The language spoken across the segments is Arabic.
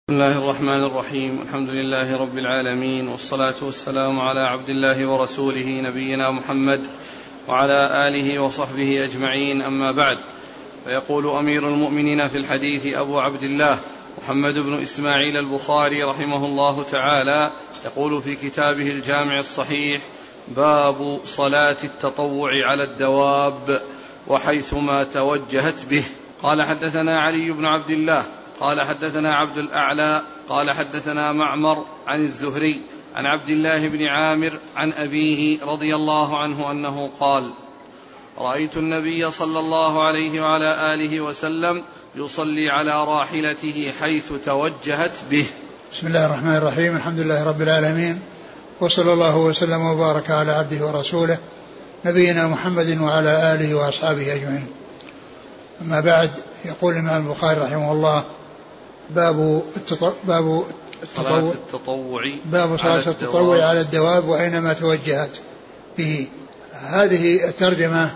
بسم الله الرحمن الرحيم. الحمد لله رب العالمين، والصلاة والسلام على عبد الله ورسوله نبينا محمد وعلى آله وصحبه أجمعين، أما بعد. فيقول أمير المؤمنين في الحديث أبو عبد الله محمد بن إسماعيل البخاري رحمه الله تعالى، يقول في كتابه الجامع الصحيح: باب صلاة التطوع على الدواب وحيثما توجهت به. قال: حدثنا علي بن عبد الله قال حدثنا عبد الأعلى قال حدثنا معمر عن الزهري عن عبد الله بن عامر عن أبيه رضي الله عنه أنه قال: رأيت النبي صلى الله عليه وعلى آله وسلم يصلي على راحلته حيث توجهت به. بسم الله الرحمن الرحيم. الحمد لله رب العالمين، وصلى الله وسلم وبارك على عبده ورسوله نبينا محمد وعلى آله وأصحابه أجمعين. أما بعد، يقول الإمام البخاري رحمه الله: باب صلاة التطوع على الدواب وأينما توجهت به. هذه الترجمة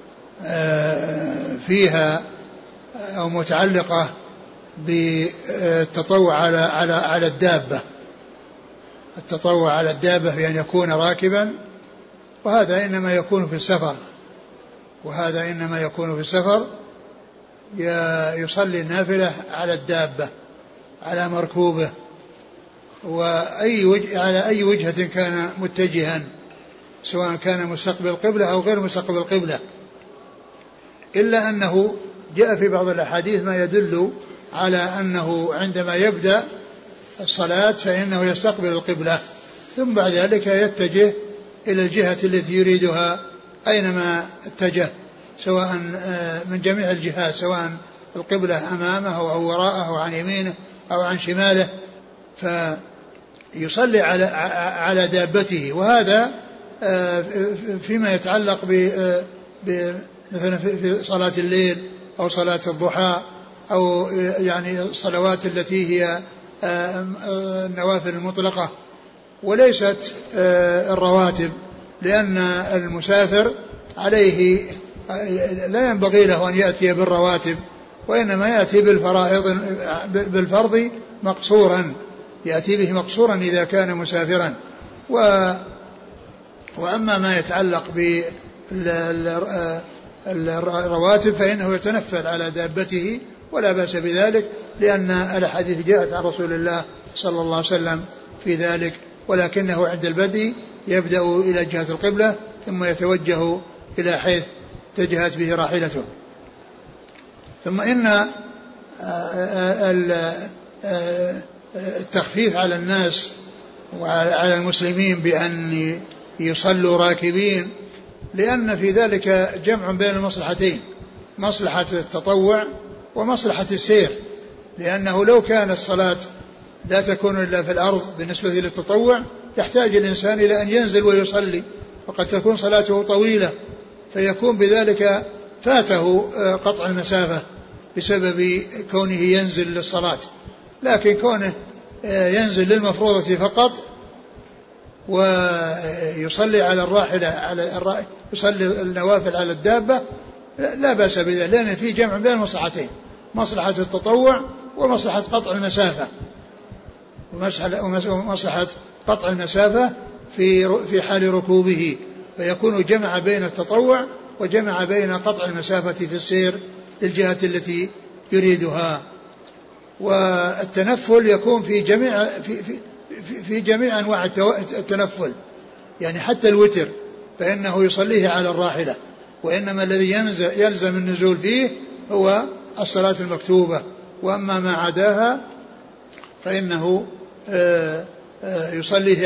فيها أو متعلقة بالتطوع على الدابة. التطوع على الدابة بأن يكون راكبا، وهذا إنما يكون في السفر، يصلي النافلة على الدابة على مركوبه، على أي وجهة كان متجها، سواء كان مستقبل القبلة أو غير مستقبل القبلة، إلا أنه جاء في بعض الأحاديث ما يدل على أنه عندما يبدأ الصلاة فإنه يستقبل القبلة، ثم بعد ذلك يتجه إلى الجهة التي يريدها أينما اتجه، سواء من جميع الجهات، سواء القبلة أمامه أو وراءه أو عن يمينه أو عن شماله، فيصلي على دابته. وهذا فيما يتعلق مثلا في صلاة الليل أو صلاة الضحى، أو يعني الصلوات التي هي النوافل المطلقة وليست الرواتب، لأن المسافر عليه لا ينبغي له أن يأتي بالرواتب، وإنما يأتي بالفرض مقصورا، يأتي به مقصورا إذا كان مسافرا. وأما ما يتعلق بالرواتب فإنه يتنفل على دابته ولا بأس بذلك، لأن الأحاديث جاءت عن رسول الله صلى الله عليه وسلم في ذلك، ولكنه عند البدء يبدأ إلى جهة القبلة ثم يتوجه إلى حيث اتجهت به راحلته. ثم إن التخفيف على الناس وعلى المسلمين بأن يصلوا راكبين، لأن في ذلك جمع بين المصلحتين، مصلحة التطوع ومصلحة السير، لأنه لو كان الصلاة لا تكون إلا في الأرض بالنسبة للتطوع يحتاج الإنسان إلى أن ينزل ويصلي، وقد تكون صلاته طويلة، فيكون بذلك فاته قطع المسافة بسبب كونه ينزل للصلاة. لكن كونه ينزل للمفروضة فقط ويصلي على الراحلة، يصلي النوافل على الدابة، لا بأس بذلك، لأن في جمع بين المصلحتين، مصلحة التطوع ومصلحة قطع المسافة، ومصلحة قطع المسافة في حال ركوبه، فيكون جمع بين التطوع وجمع بين قطع المسافة في السير للجهة التي يريدها. والتنفل يكون في جميع أنواع التنفل، يعني حتى الوتر فإنه يصليه على الراحلة، وإنما الذي يلزم النزول فيه هو الصلاة المكتوبة، وأما ما عداها فإنه يصليه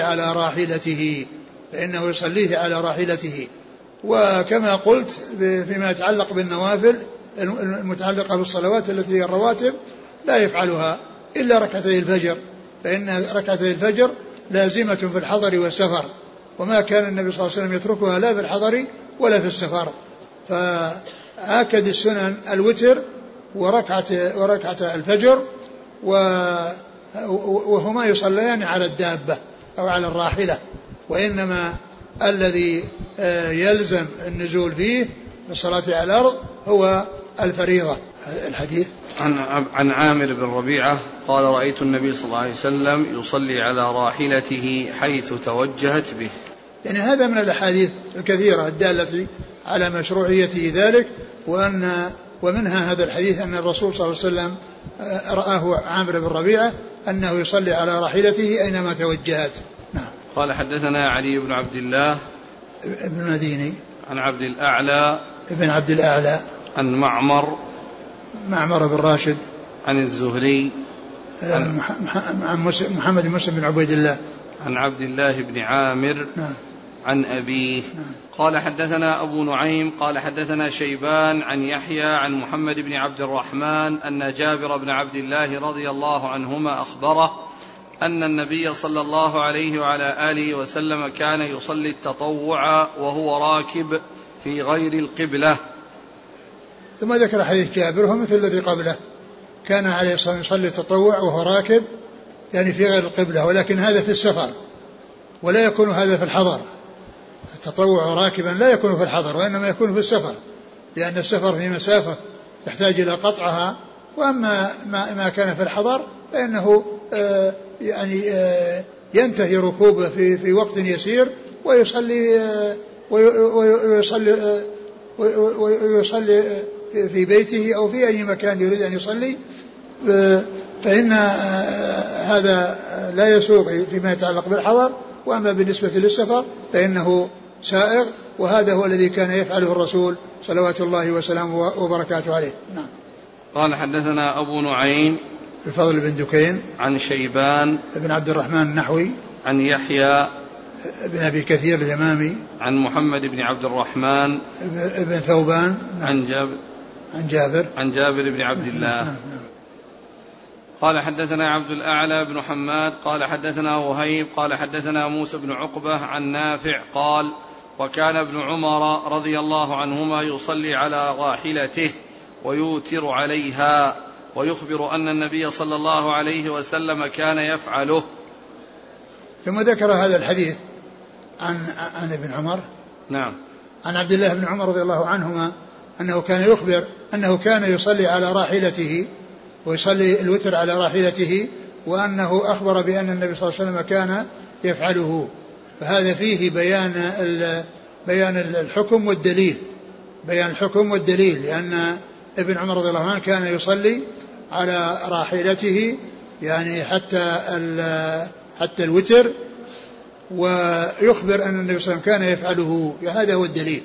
على راحلته. وكما قلت فيما يتعلق بالنوافل المتعلقة بالصلوات التي هي الرواتب لا يفعلها إلا ركعتي الفجر، فإن ركعتي الفجر لازمة في الحضر والسفر، وما كان النبي صلى الله عليه وسلم يتركها لا في الحضر ولا في السفر. فآكد السنن الوتر وركعة الفجر، وهما يصليان على الدابة أو على الراحلة، وإنما الذي يلزم النزول فيه بالصلاة على الأرض هو الفريضة. الحديث عن عامر بن ربيعة قال رأيت النبي صلى الله عليه وسلم يصلي على راحلته حيث توجهت به. يعني هذا من الأحاديث الكثيرة الدالة على مشروعية ذلك، ومنها هذا الحديث أن الرسول صلى الله عليه وسلم رآه عامر بن ربيعة أنه يصلي على راحلته أينما توجهت. نعم. قال حدثنا علي بن عبد الله ابن المديني عن عبد الأعلى ابن عبد الأعلى عن معمر بن راشد عن الزهري عن محمد مسلم بن عبيد الله عن عبد الله بن عامر نعم. عن أبيه نعم. قال حدثنا أبو نعيم قال حدثنا شيبان عن يحيى عن محمد بن عبد الرحمن أن جابر بن عبد الله رضي الله عنهما أخبره أن النبي صلى الله عليه وعلى آله وسلم كان يصلي التطوع وهو راكب في غير القبلة. ثم ذكر حديث جابر هو مثل الذي قبله، كان عليه الصلاة والسلام يصلي التطوع وهو راكب يعني في غير القبلة، ولكن هذا في السفر ولا يكون هذا في الحضر. التطوع راكبا لا يكون في الحضر وإنما يكون في السفر، لأن السفر في مسافة يحتاج إلى قطعها، وأما ما كان في الحضر فإنه ينتهي ركوبه في وقت يسير ويصلي في بيته أو في أي مكان يريد أن يصلي، فإن هذا لا يسوق فيما يتعلق بالحضر. وأما بالنسبة للسفر فإنه سائغ، وهذا هو الذي كان يفعله الرسول صلوات الله وسلامه وبركاته عليه. نعم. قال حدثنا أبو نعيم الفضل بن دكين عن شيبان بن عبد الرحمن النحوي عن يحيى بن أبي كثير اليمامي عن محمد بن عبد الرحمن بن ثوبان عن جابر بن عبد الله. نعم. قال حدثنا عبد الأعلى بن حماد قال حدثنا وهيب قال حدثنا موسى بن عقبة عن نافع قال وكان ابن عمر رضي الله عنهما يصلي على راحلته ويوتر عليها ويخبر أن النبي صلى الله عليه وسلم كان يفعله. ثم ذكر هذا الحديث عن ابن عمر نعم عن عبد الله بن عمر رضي الله عنهما أنه كان يخبر أنه كان يصلي على راحلته ويصلي الوتر على راحلته، وأنه أخبر بأن النبي صلى الله عليه وسلم كان يفعله. فهذا فيه بيان الحكم والدليل، بيان الحكم والدليل، لأن ابن عمر رضي الله عنه كان يصلي على راحلته يعني حتى الوتر، ويخبر أن النبي صلى الله عليه وسلم كان يفعله. هذا هو الدليل،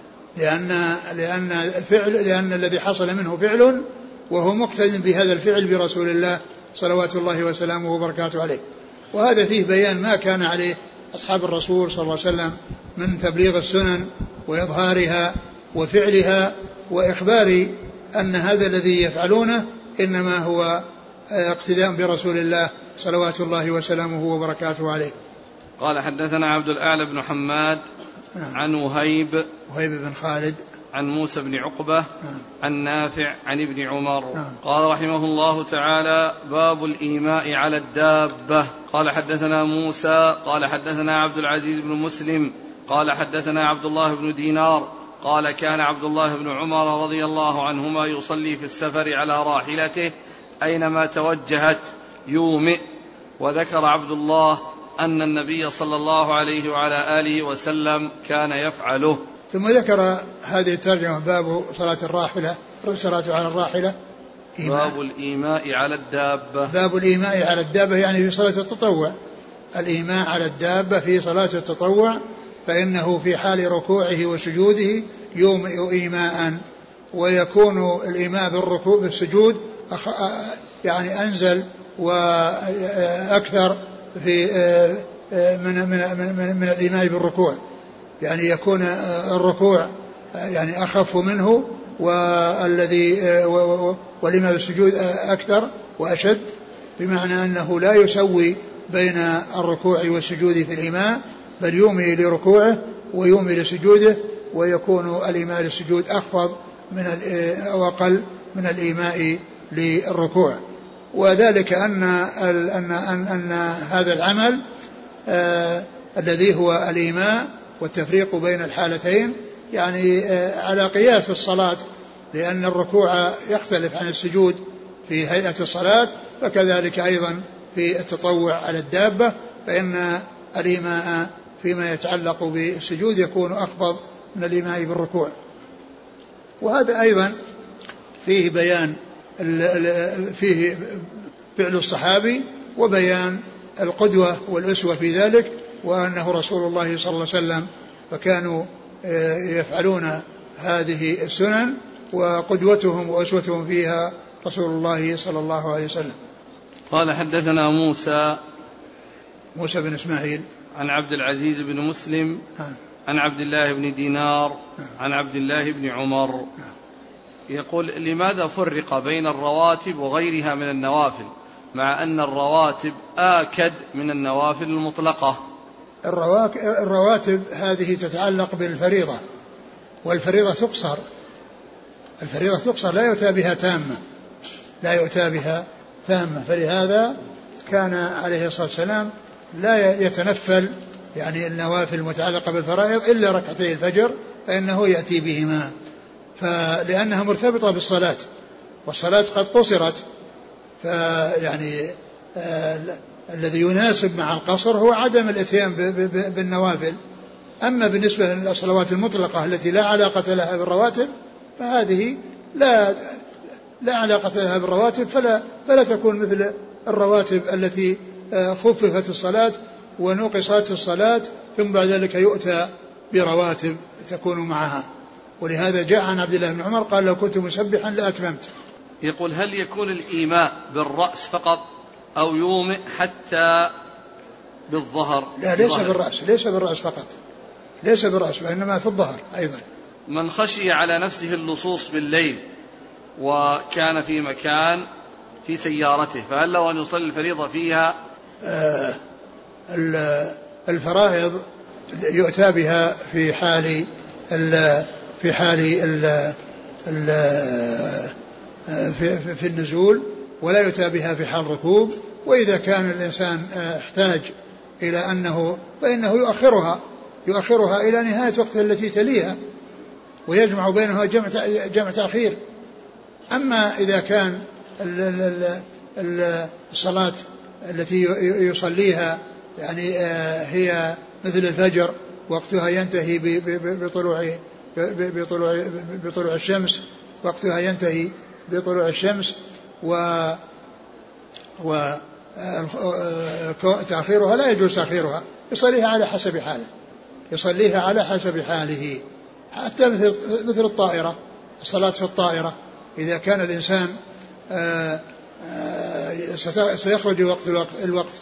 لأن الذي حصل منه فعل وهو مقتد بهذا الفعل برسول الله صلوات الله وسلامه وبركاته عليه. وهذا فيه بيان ما كان عليه أصحاب الرسول صلى الله عليه وسلم من تبليغ السنن وإظهارها وفعلها، وإخبار أن هذا الذي يفعلونه إنما هو اقتداء برسول الله صلوات الله وسلامه وبركاته عليه. قال حدثنا عبد الأعلى بن حماد عن وهيب بن خالد عن موسى بن عقبة عن نافع عن ابن عمر قال رحمه الله تعالى باب الإيماء على الدابة. قال حدثنا موسى قال حدثنا عبد العزيز بن مسلم قال حدثنا عبد الله بن دينار قال كان عبد الله بن عمر رضي الله عنهما يصلي في السفر على راحلته أينما توجهت يومئ. وذكر عبد الله أن النبي صلى الله عليه وعلى آله وسلم كان يفعله. ثم ذكر هذه الترجمة باب صلاة على الراحلة باب الإيماء على الدابة. باب الإيماء على الدابة يعني في صلاة التطوع. الإيماء على الدابة في صلاة التطوع، فإنه في حال ركوعه وسجوده يومئ إيماء، ويكون الإيماء بالركوع بالسجود يعني أنزل وأكثر في من الإيماء بالركوع، يعني يكون الركوع يعني أخف منه، والإيماء بالسجود أكثر وأشد، بمعنى أنه لا يسوي بين الركوع والسجود في الإيماء، بل يومي لركوعه ويومي لسجوده، ويكون الإيماء للسجود أخفض من أو أقل من الإيماء للركوع. وذلك أن هذا العمل الذي هو الإيماء والتفريق بين الحالتين يعني على قياس الصلاة لأن الركوع يختلف عن السجود في هيئة الصلاة، فكذلك أيضا في التطوع على الدابة، فإن الإيماء فيما يتعلق بالسجود يكون أخفض من الإيماء بالركوع. وهذا أيضا فيه بيان فيه فعل الصحابي وبيان القدوة والأسوة في ذلك، وأنه رسول الله صلى الله عليه وسلم، فكانوا يفعلون هذه السنن وقدوتهم وأسوتهم فيها رسول الله صلى الله عليه وسلم. قال حدثنا موسى بن إسماعيل عن عبد العزيز بن مسلم عن عبد الله بن دينار عن عبد الله بن عمر يقول: لماذا فرق بين الرواتب وغيرها من النوافل مع أن الرواتب آكد من النوافل المطلقة؟ الرواتب هذه تتعلق بالفريضة، والفريضة تقصر، الفريضة تقصر، لا يؤتى بها تامة، فلهذا كان عليه الصلاة والسلام لا يتنفل يعني النوافل المتعلقة بالفرائض إلا ركعتي الفجر، فإنه يأتي بهما لأنها مرتبطة بالصلاة، والصلاة قد قصرت، فيعني الذي يناسب مع القصر هو عدم الاتيان بالنوافل. أما بالنسبة للصلوات المطلقة التي لا علاقة لها بالرواتب فهذه لا علاقة لها بالرواتب، فلا تكون مثل الرواتب التي خففت الصلاة ونقصت الصلاة ثم بعد ذلك يؤتى برواتب تكون معها. ولهذا جاء عن عبد الله بن عمر قال: لو كنت مسبحا لأتممت. يقول: هل يكون الإيماء بالرأس فقط أو يومئ حتى بالظهر؟ لا، ليس بالرأس فقط، ليس بالرأس، وإنما في الظهر أيضا. من خشي على نفسه اللصوص بالليل وكان في مكان في سيارته، فهل له أن يصلي الفريضة فيها؟ الفرائض يؤتى بها في حال في النزول، ولا يؤتى بها في حال ركوب. وإذا كان الإنسان احتاج إلى أنه فإنه يؤخرها إلى نهاية وقتها التي تليها، ويجمع بينها جمع تأخير. أما إذا كان الصلاة التي يصليها يعني هي مثل الفجر وقتها ينتهي بطلوع الشمس، وقتها ينتهي بطلوع الشمس، وتأخيرها لا يجوز تأخيرها، يصليها على حسب حاله، حتى مثل الطائرة، الصلاة في الطائرة إذا كان الإنسان سيخرج الوقت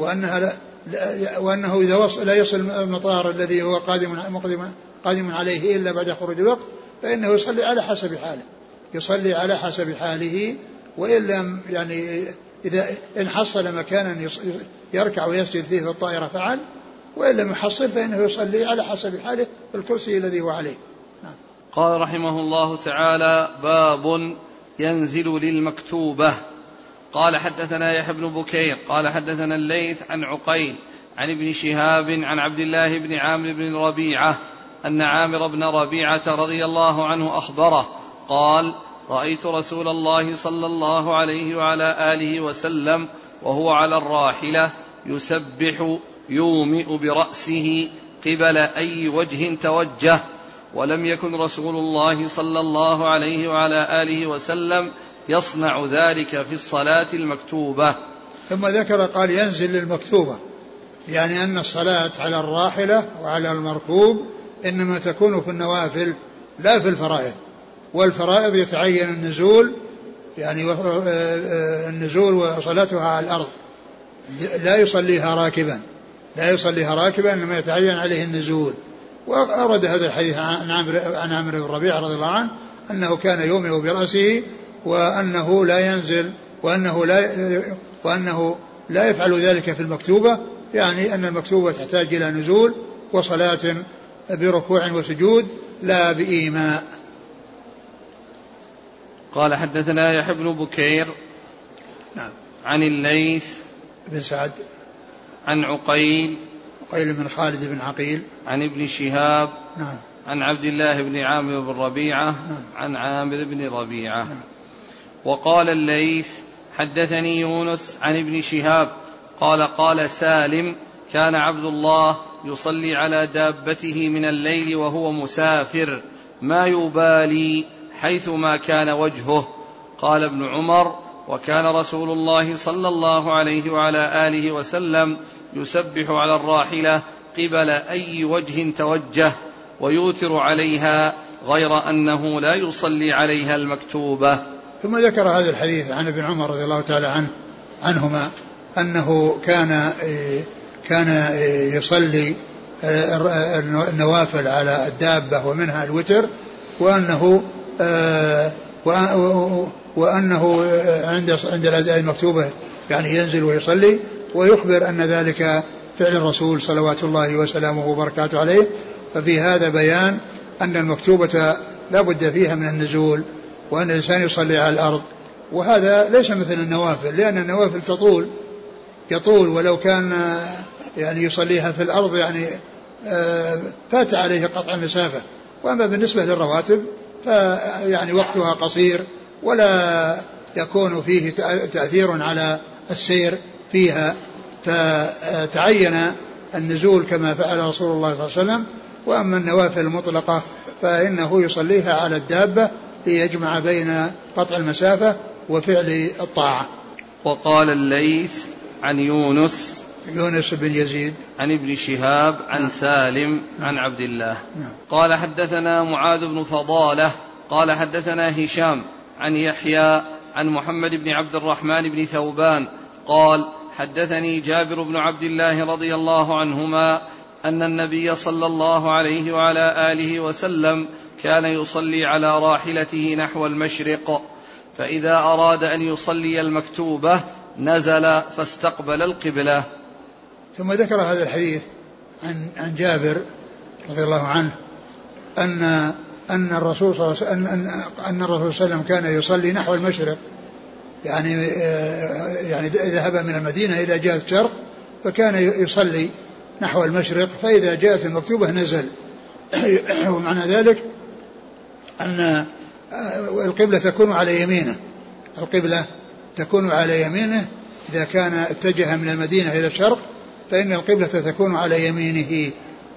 وأنه إذا لا يصل المطار الذي هو قادم عليه إلا بعد خروج الوقت، فإنه يصلي على حسب حاله، وإن لم يعني إذا إن حصل مكانا يركع ويسجد فيه في الطائرة فعل، وإن لم يحصل فإنه يصلي على حسب حاله في الكرسي الذي هو عليه. قال رحمه الله تعالى: باب ينزل للمكتوبة. قال حدثنا يحيى بن بكير قال حدثنا الليث عن عقيل عن ابن شهاب عن عبد الله بن عامر بن ربيعة أن عامر بن ربيعة رضي الله عنه أخبره قال: رأيت رسول الله صلى الله عليه وعلى آله وسلم وهو على الراحلة يسبح يومئ برأسه قبل أي وجه توجه، ولم يكن رسول الله صلى الله عليه وعلى آله وسلم يصنع ذلك في الصلاة المكتوبة. ثم ذكر قال: ينزل للمكتوبة، يعني أن الصلاة على الراحلة وعلى المركوب إنما تكون في النوافل لا في الفرائض، والفرائض يتعين النزول، يعني النزول وصلاتها على الأرض، لا يصليها راكبا إنما يتعين عليه النزول. وأورد هذا الحديث عن عامر بن ربيعة رضي الله عنه أنه كان يومئ برأسه، وأنه لا ينزل، وأنه لا يفعل ذلك في المكتوبة، يعني أن المكتوبة تحتاج إلى نزول وصلاة بركوع وسجود لا بإيماء. قال حدثنا يحيى بن بكير عن الليث بن سعد عن عقيل بن خالد بن عقيل عن ابن شهاب عن عبد الله بن عامر بن ربيعة عن عامر بن ربيعة. وقال الليث حدثني يونس عن ابن شهاب قال قال سالم كان عبد الله يصلي على دابته من الليل وهو مسافر ما يبالي حيثما كان وجهه. قال ابن عمر وكان رسول الله صلى الله عليه وعلى آله وسلم يسبح على الراحلة قبل أي وجه توجه ويوتر عليها غير أنه لا يصلي عليها المكتوبة. ثم ذكر هذا الحديث عن ابن عمر رضي الله تعالى عنهما أنه كان يصلي النوافل على الدابة ومنها الوتر وأنه عند الأداء المكتوبة يعني ينزل ويصلي ويخبر أن ذلك فعل الرسول صلوات الله وسلامه وبركاته عليه. ففي هذا بيان أن المكتوبة لا بد فيها من النزول وأن الإنسان يصلي على الأرض. وهذا ليس مثل النوافل لأن النوافل يطول ولو كان يعني يصليها في الأرض يعني فات عليه قطع المسافة. وأما بالنسبة للرواتب فيعني وقتها قصير ولا يكون فيه تأثير على السير فيها فتعين النزول كما فعل رسول الله صلى الله عليه وسلم. وأما النوافل المطلقة فإنه يصليها على الدابة ليجمع بين قطع المسافة وفعل الطاعة. وقال الليث عن يونس بن يزيد عن ابن شهاب عن سالم عن عبد الله قال حدثنا معاذ بن فضالة قال حدثنا هشام عن يحيى عن محمد بن عبد الرحمن بن ثوبان قال حدثني جابر بن عبد الله رضي الله عنهما أن النبي صلى الله عليه وعلى آله وسلم كان يصلي على راحلته نحو المشرق فإذا أراد أن يصلي المكتوبة نزل فاستقبل القبلة. ثم ذكر هذا الحديث عن جابر رضي الله عنه أن الرسول صلى الله عليه وسلم كان يصلي نحو المشرق يعني ذهب من المدينة إلى جهة الشرق فكان يصلي نحو المشرق فإذا جاءت المكتوبة نزل. ومعنى ذلك أن القبلة تكون على يمينه إذا كان اتجه من المدينة إلى الشرق فإن القبلة تكون على يمينه.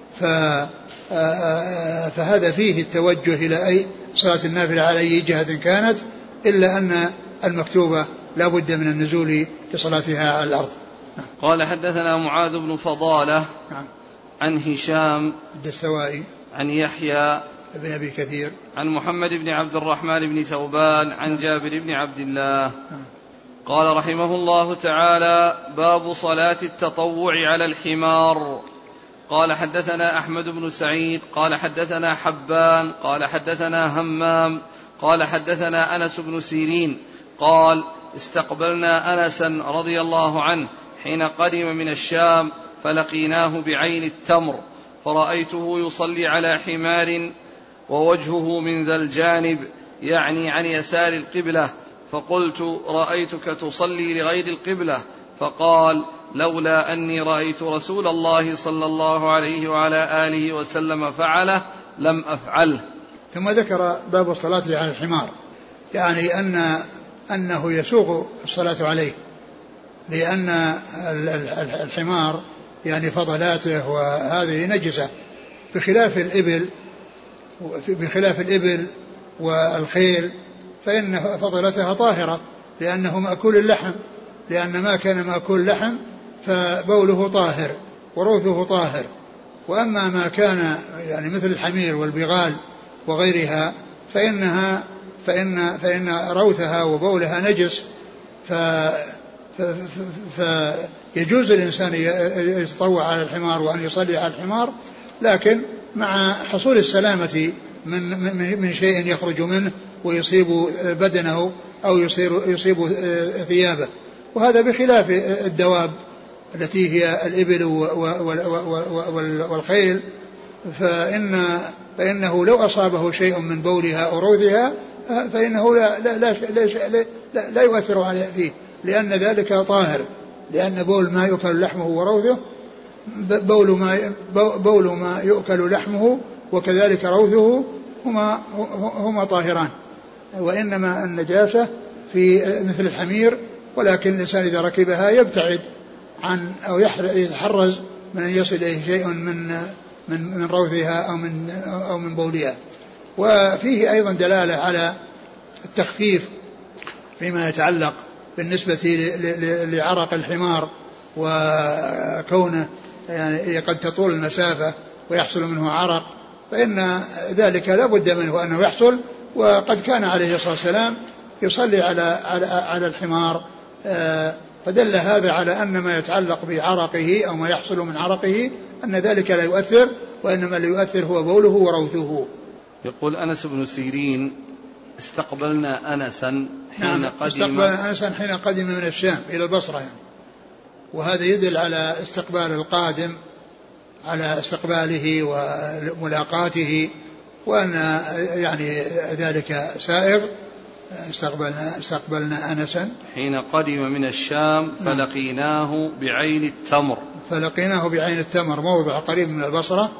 فهذا فيه التوجه إلى أي صلاة النافلة على أي جهة كانت إلا أن المكتوبة لا بد من النزول لصلاتها على الأرض. قال حدثنا معاذ بن فضالة عن هشام الدستوائي عن يحيى ابن أبي كثير عن محمد بن عبد الرحمن بن ثوبان عن جابر بن عبد الله قال رحمه الله تعالى باب صلاة التطوع على الحمار. قال حدثنا أحمد بن سعيد قال حدثنا حبان قال حدثنا همام قال حدثنا أنس بن سيرين قال استقبلنا أنسا رضي الله عنه حين قدم من الشام فلقيناه بعين التمر فرأيته يصلي على حمار ووجهه من ذا الجانب يعني عن يسار القبلة فقلت رأيتك تصلي لغير القبلة فقال لولا أني رأيت رسول الله صلى الله عليه وعلى آله وسلم فعله لم أفعله. ثم ذكر باب الصلاة على الحمار يعني أنه يسوغ الصلاة عليه لأن الحمار يعني فضلاته وهذه نجسة بخلاف الإبل والخيل فإن فضلتها طاهرة لأنه مأكول اللحم لأن ما كان مأكول لحم فبوله طاهر وروثه طاهر. وأما ما كان يعني مثل الحمير والبغال وغيرها فإن روثها وبولها نجس فيجوز الإنسان يتطوع على الحمار وأن يصلي على الحمار لكن مع حصول السلامة من شيء يخرج منه ويصيب بدنه أو يصيب ثيابه. وهذا بخلاف الدواب التي هي الإبل والخيل فإنه لو أصابه شيء من بولها أو روثها فإنه لا يؤثر عليه فيه لأن ذلك طاهر لأن بول ما يؤكل لحمه وروثه بول ما يؤكل لحمه وكذلك روثه هما طاهران. وإنما النجاسة في مثل الحمير، ولكن الإنسان إذا ركبها يبتعد عن أو يتحرز من أن يصل إليه شيء من روثها أو من بولها. وفيه أيضا دلالة على التخفيف فيما يتعلق بالنسبة لعرق الحمار، وكونه يعني قد تطول المسافة ويحصل منه عرق، فإن ذلك لا بد منه أنه يحصل. وقد كان عليه الصلاة والسلام يصلي على الحمار، فدل هذا على أن ما يتعلق بعرقه أو ما يحصل من عرقه أن ذلك لا يؤثر، وإنما اللي يؤثر هو بوله وروثه. يقول أنس بن سيرين: استقبلنا أنسا حين قدم من الشام إلى البصرة يعني. وهذا يدل على استقبال القادم، على استقباله وملاقاته، وأن يعني ذلك سائغ. استقبلنا أنسا حين قدم من الشام فلقيناه بعين التمر، موضع قريب من البصرة،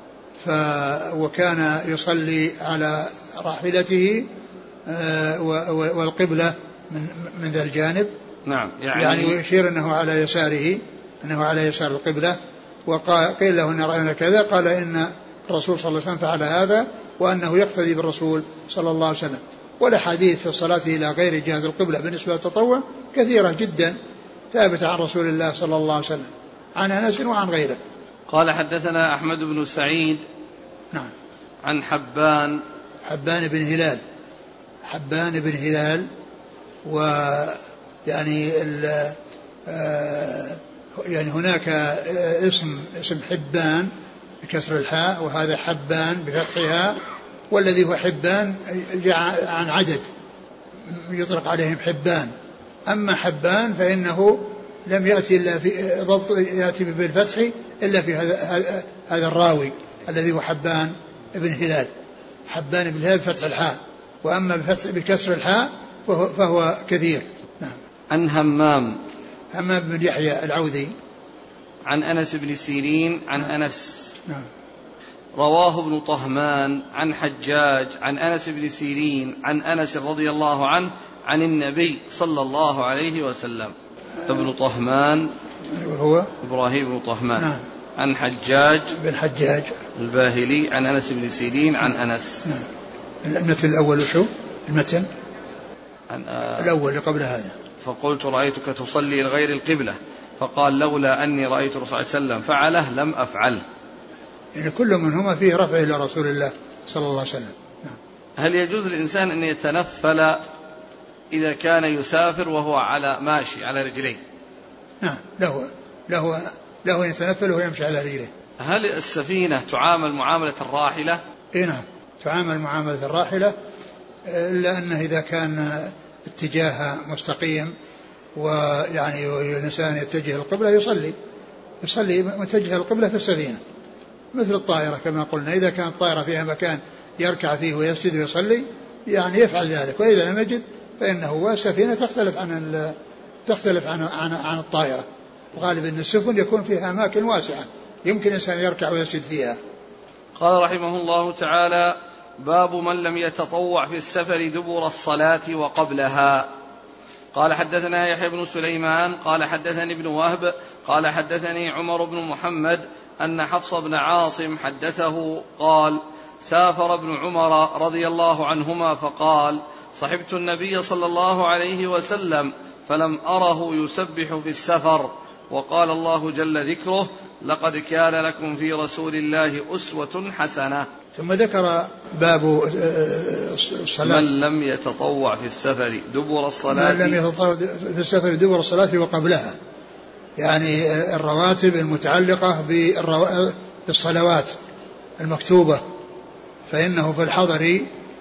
وكان يصلي على راحلته والقبلة من ذا الجانب. نعم، يعني يشير أنه على يساره، أنه على يسار القبلة. وقيل له أن رأينا كذا، قال إن الرسول صلى الله عليه وسلم فعل هذا، وأنه يقتدي بالرسول صلى الله عليه وسلم. والأحاديث في الصلاة إلى غير جهة القبلة بالنسبة للتطوع كثيرة جدا ثابتة عن رسول الله صلى الله عليه وسلم، عن أنس وعن غيره. قال: حدثنا أحمد بن سعيد نعم عن حبان بن هلال ويعني يعني هناك اسم حبان بكسر الحاء، وهذا حبان بفتحها، والذي هو حبان جاء عن عدد يطلق عليهم حبان. أما حبان فإنه لم يأتي إلا في ضبط، يأتي بالفتح إلا في هذا الراوي الذي هو حبان بن هلال. حبان بن هلال بفتح الحاء، وأما بكسر الحاء فهو كثير. نعم. عن همام بن يحيى العوذي عن أنس بن سيرين عن أنس. نعم. رواه ابن طهمان عن حجاج عن أنس بن سيرين عن أنس رضي الله عنه عن النبي صلى الله عليه وسلم. ابن طهمان وهو إبراهيم بن طهمان. نعم. عن حجاج بن حجاج الباهلي عن أنس بن سيرين عن أنس. نعم. المتن الأول شو المتن الأول قبل هذا؟ فقلت: رأيتك تصلي لغير القبلة، فقال: لولا أني رأيت الرسول صلى الله عليه وسلم فعله لم أفعله. يعني كل منهما فيه رفع إلى رسول الله صلى الله عليه وسلم. نعم. هل يجوز للإنسان أن يتنفل إذا كان يسافر وهو على ماشي على رجليه؟ نعم، له أن يتنفل وهو يمشي على رجليه. هل السفينة تعامل معاملة الراحلة؟ نعم، تعامل معاملة الراحلة، إلا أنه إذا كان اتجاه مستقيم ويعني الإنسان يتجه القبلة يصلي متجه القبلة في السفينة مثل الطائرة كما قلنا. إذا كانت الطائرة فيها مكان يركع فيه ويسجد ويصلي يعني يفعل ذلك، وإذا لم يجد فإنه السفينة تختلف عن الطائرة. وغالبا السفن يكون فيها أماكن واسعة يمكن الإنسان يركع ويسجد فيها. قال رحمه الله تعالى: باب من لم يتطوع في السفر دبر الصلاة وقبلها. قال: حدثنا يحيى بن سليمان قال حدثني ابن وهب قال حدثني عمر بن محمد أن حفص بن عاصم حدثه قال: سافر ابن عمر رضي الله عنهما فقال: صحبت النبي صلى الله عليه وسلم فلم أره يسبح في السفر، وقال الله جل ذكره: لقد كان لكم في رسول الله أسوة حسنة. ثم ذكر باب الصلاة من لم يتطوع في السفر دبر الصلاة، من لم يتطوع في السفر دبر الصلاة وقبلها، يعني الرواتب المتعلقة بالصلوات المكتوبة. فإنه في الحضر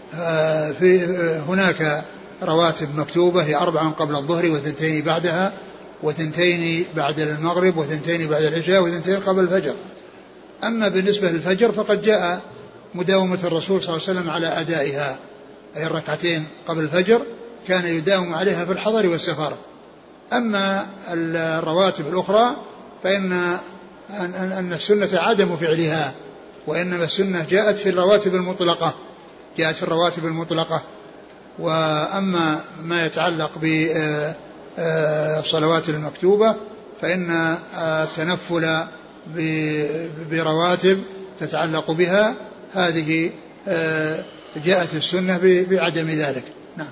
هناك رواتب مكتوبة هي 4 قبل الظهر و2 بعدها و2 بعد المغرب و2 بعد العشاء و2 قبل الفجر. أما بالنسبة للفجر فقد جاء مداومة الرسول صلى الله عليه وسلم على أدائها، أي 2 قبل الفجر كان يداوم عليها في الحضر والسفر. أما الرواتب الأخرى فإن السنة عدم فعلها وإنما السنة جاءت في الرواتب المطلقة. وأما ما يتعلق بالصلوات المكتوبة فإن التنفل برواتب تتعلق بها هذه جاءت السنة بعدم ذلك. نعم.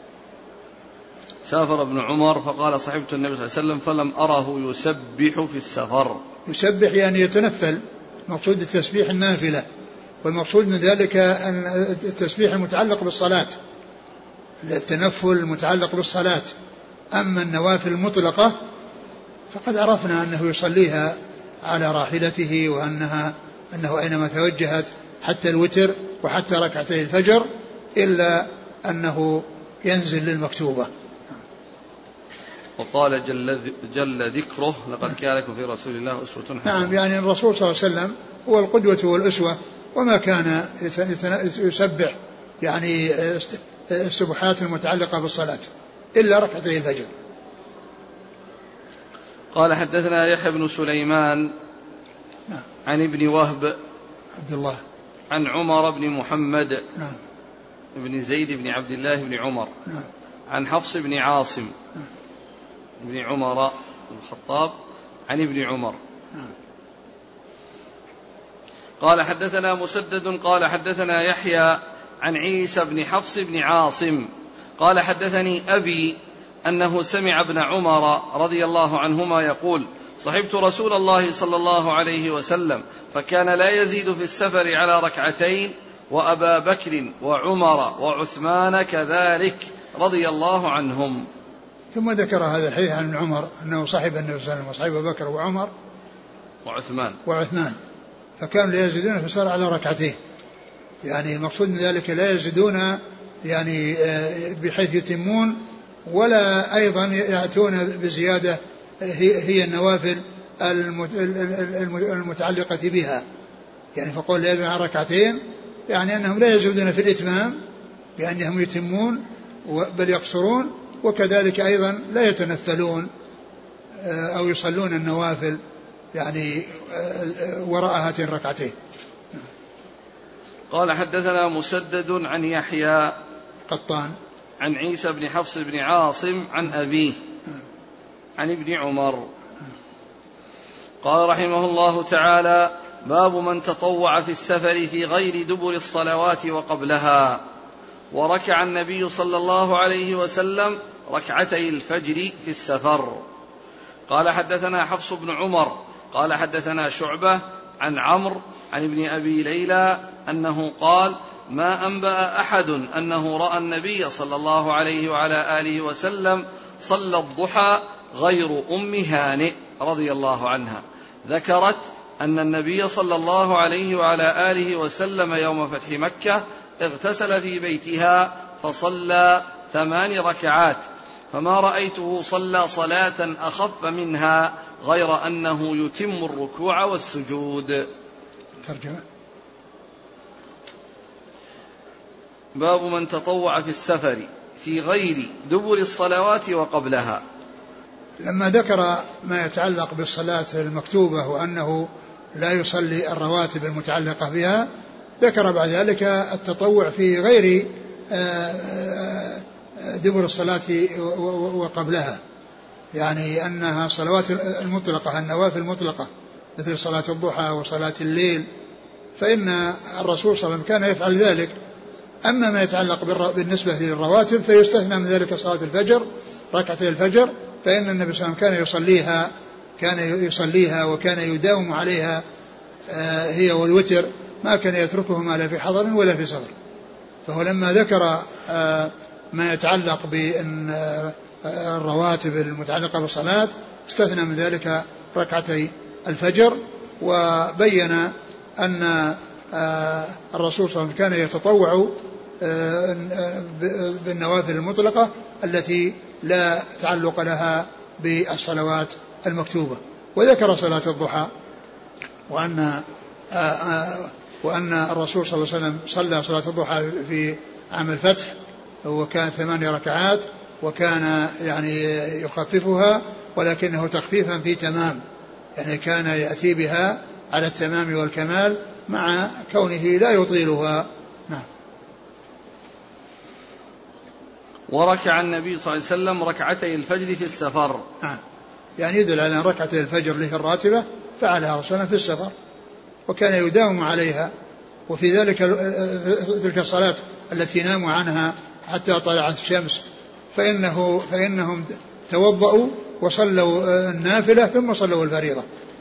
سافر ابن عمر فقال صحبت النبي صلى الله عليه وسلم فلم أره يسبح في السفر. يسبح يعني يتنفل، مقصود التسبيح النافلة، والمقصود من ذلك أن التسبيح المتعلق بالصلاة، التنفل المتعلق بالصلاة. أما النوافل المطلقة فقد عرفنا أنه يصليها على راحلته، أنه أينما توجهت حتى الوتر وحتى ركعتي الفجر، إلا أنه ينزل للمكتوبة. وقال جل ذكره لقد كان لكم في رسول الله أسوة حسنة. نعم، يعني الرسول صلى الله عليه وسلم هو القدوة والأسوة، وما كان يسبح يعني السبحات المتعلقة بالصلاة إلا ركعتي الفجر. قال حدثنا يحيى بن سليمان عن ابن وهب عبد الله عن عمر بن محمد نعم بن زيد بن عبد الله بن عمر نعم عن حفص بن عاصم بن عمر بن الخطاب عن ابن عمر قال حدثنا مسدد قال حدثنا يحيى عن عيسى بن حفص بن عاصم قال حدثني أبي أنه سمع ابن عمر رضي الله عنهما يقول صحبت رسول الله صلى الله عليه وسلم فكان لا يزيد في السفر على ركعتين وأبا بكر وعمر وعثمان كذلك رضي الله عنهم. ثم ذكر هذا الحديث عن ابن عمر أنه صحب النبي صلى الله عليه وسلم وصحب أبا بكر وعمر وعثمان فكانوا لا يزيدون في السفر على ركعتين، يعني المقصود من ذلك لا يزيدون يعني بحيث يتمون، ولا أيضا يأتون بزيادة هي النوافل المتعلقة بها، يعني فقول لا يزيدون على ركعتين يعني أنهم لا يزيدون في الإتمام بأنهم يتمون بل يقصرون، وكذلك أيضا لا يتنفلون أو يصلون النوافل يعني وراء هاتين الركعتين. قال حدثنا مسدد عن يحيى قطان عن عيسى بن حفص بن عاصم عن أبيه عن ابن عمر قال رحمه الله تعالى باب من تطوع في السفر في غير دبر الصلوات وقبلها. وركع النبي صلى الله عليه وسلم ركعتي الفجر في السفر. قال حدثنا حفص بن عمر قال حدثنا شعبة عن عمرو عن ابن أبي ليلى أنه قال ما أنبأ أحد أنه رأى النبي صلى الله عليه وعلى آله وسلم صلى الضحى غير أم هانئ رضي الله عنها، ذكرت أن النبي صلى الله عليه وعلى آله وسلم يوم فتح مكة اغتسل في بيتها فصلى 8 ركعات، فما رأيته صلى صلاة أخف منها غير أنه يتم الركوع والسجود. ترجمة. باب من تطوع في السفر في غير دبر الصلوات وقبلها. لما ذكر ما يتعلق بالصلاة المكتوبة وأنه لا يصلي الرواتب المتعلقة بها، ذكر بعد ذلك التطوع في غير دبر الصلاة وقبلها، يعني أنها صلوات المطلقة النوافل المطلقة مثل صلاة الضحى وصلاة الليل، فإن الرسول صلى الله عليه وسلم كان يفعل ذلك. أما ما يتعلق بالنسبة للرواتب فيستثنى من ذلك صلاة الفجر ركعتي الفجر، فإن النبي صلى الله عليه وسلم كان يصليها وكان يداوم عليها هي والوتر، ما كان يتركهما لا في حضر ولا في سفر. فهو لما ذكر ما يتعلق بالرواتب المتعلقة بالصلاة استثنى من ذلك ركعتي الفجر، وبين أن الرسول صلى الله عليه وسلم كان يتطوع بالنوافل المطلقة التي لا تعلق لها بالصلوات المكتوبة. وذكر صلاة الضحى وأن الرسول صلى الله عليه وسلم صلى صلاة الضحى في عام الفتح وكانت 8 ركعات، وكان يعني يخففها ولكنه تخفيفا في تمام، يعني كان يأتي بها على التمام والكمال مع كونه لا يطيلها. نعم. وركع النبي صلى الله عليه وسلم ركعتي الفجر في السفر. نعم. يعني يدل على أن ركعتي الفجر اللي هي الراتبة فعلها رسول الله في السفر وكان يداوم عليها. وفي ذلك تلك الصلاة التي ناموا عنها حتى طلعت الشمس فإنهم توضأوا وصلوا النافلة ثم صلوا الفريضة.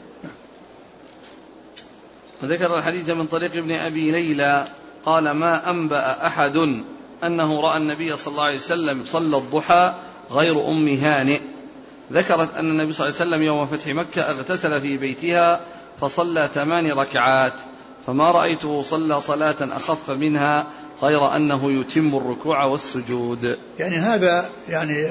وذكر الحديث من طريق ابن أبي ليلى قال ما أنبأ أحد أنه رأى النبي صلى الله عليه وسلم صلى الضحى غير أم هانئ. ذكرت أن النبي صلى الله عليه وسلم يوم فتح مكة اغتسل في بيتها فصلى 8 ركعات فما رأيته صلى صلاة أخف منها غير أنه يتم الركوع والسجود. يعني هذا يعني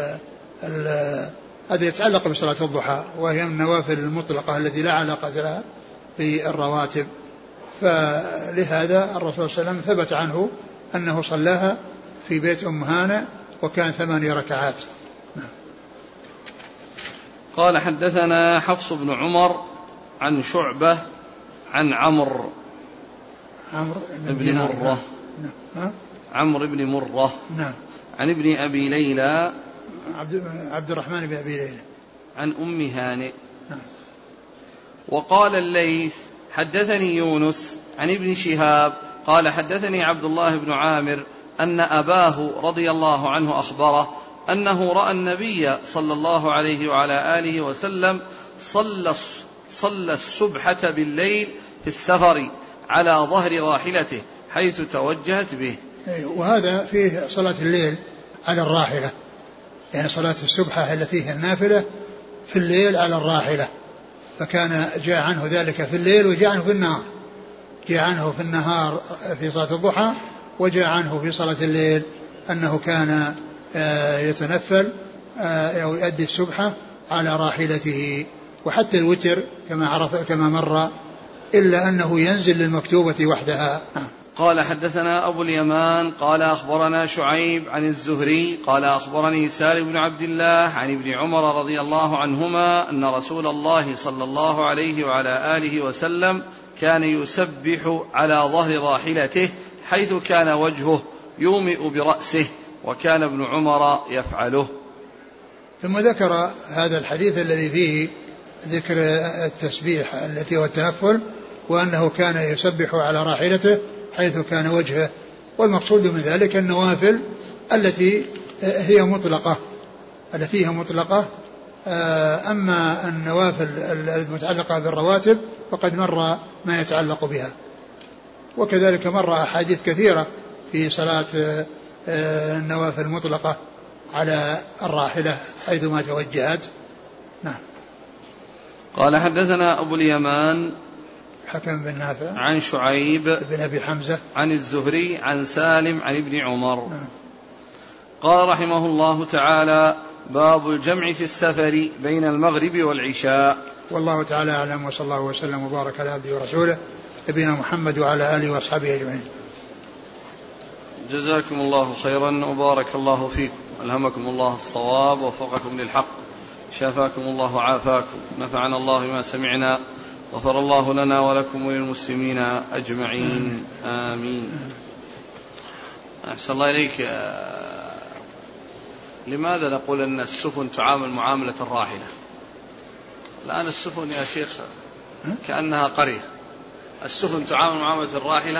هذا يتعلق بصلاة الضحى وهي من النوافل المطلقة التي لا علاقة لها بالرواتب. فلهذا الرسول صلى الله عليه وسلم ثبت عنه أنه صلاها في بيت أم هانئ وكان 8 ركعات. قال حدثنا حفص بن عمر عن شعبة عن عمرو بن مرة عمرو بن مرة نعم. عن ابن أبي ليلى عبد الرحمن بن أبي ليلى عن أم هانئ. نعم. وقال الليث حدثني يونس عن ابن شهاب قال حدثني عبد الله بن عامر أن أباه رضي الله عنه أخبره أنه رأى النبي صلى الله عليه وعلى آله وسلم صلى الصبحة بالليل في السفر على ظهر راحلته حيث توجهت به. وهذا فيه صلاة الليل على الراحلة، يعني صلاة السبحة التي هي النافلة في الليل على الراحلة، فكان جاء عنه ذلك في الليل وجاء عنه في النهار، جاء عنه في النهار في صلاة الضحى وجاء عنه في صلاة الليل أنه كان يتنفل أو يؤدي السبحة على راحلته. وحتى الوتر كما مر إلا أنه ينزل للمكتوبة وحدها. قال حدثنا أبو اليمان قال أخبرنا شعيب عن الزهري قال أخبرني سالم بن عبد الله عن ابن عمر رضي الله عنهما أن رسول الله صلى الله عليه وعلى آله وسلم كان يسبح على ظهر راحلته حيث كان وجهه يومئ برأسه وكان ابن عمر يفعله. ثم ذكر هذا الحديث الذي فيه ذكر التسبيح التي هو التنفل وأنه كان يسبح على راحلته حيث كان وجهه. والمقصود من ذلك النوافل التي هي مطلقة أما النوافل المتعلقة بالرواتب فقد مر ما يتعلق بها. وكذلك مر أحاديث كثيرة في صلاة النوافل المطلقة على الراحلة حيثما توجهت. نعم. قال حدثنا أبو اليمان حكم بن نافع عن شعيب بن أبي حمزة عن الزهري عن سالم عن ابن عمر. نعم. قال رحمه الله تعالى باب الجمع في السفر بين المغرب والعشاء. والله تعالى أعلم وصلى الله وسلم وبارك على عبده ورسوله نبينا محمد وعلى آله وأصحابه أجمعين. جزاكم الله خيرا وبارك الله فيكم، ألهمكم الله الصواب ووفقكم للحق، شافاكم الله وعافاكم، نفعنا الله بما سمعنا، غفر الله لنا ولكم وللمسلمين أجمعين آمين. أحسن الله إليك. لماذا نقول أن السفن تعامل معاملة الراحلة؟ الآن السفن يا شيخ كأنها قرية، السفن تعامل معاملة الراحلة؟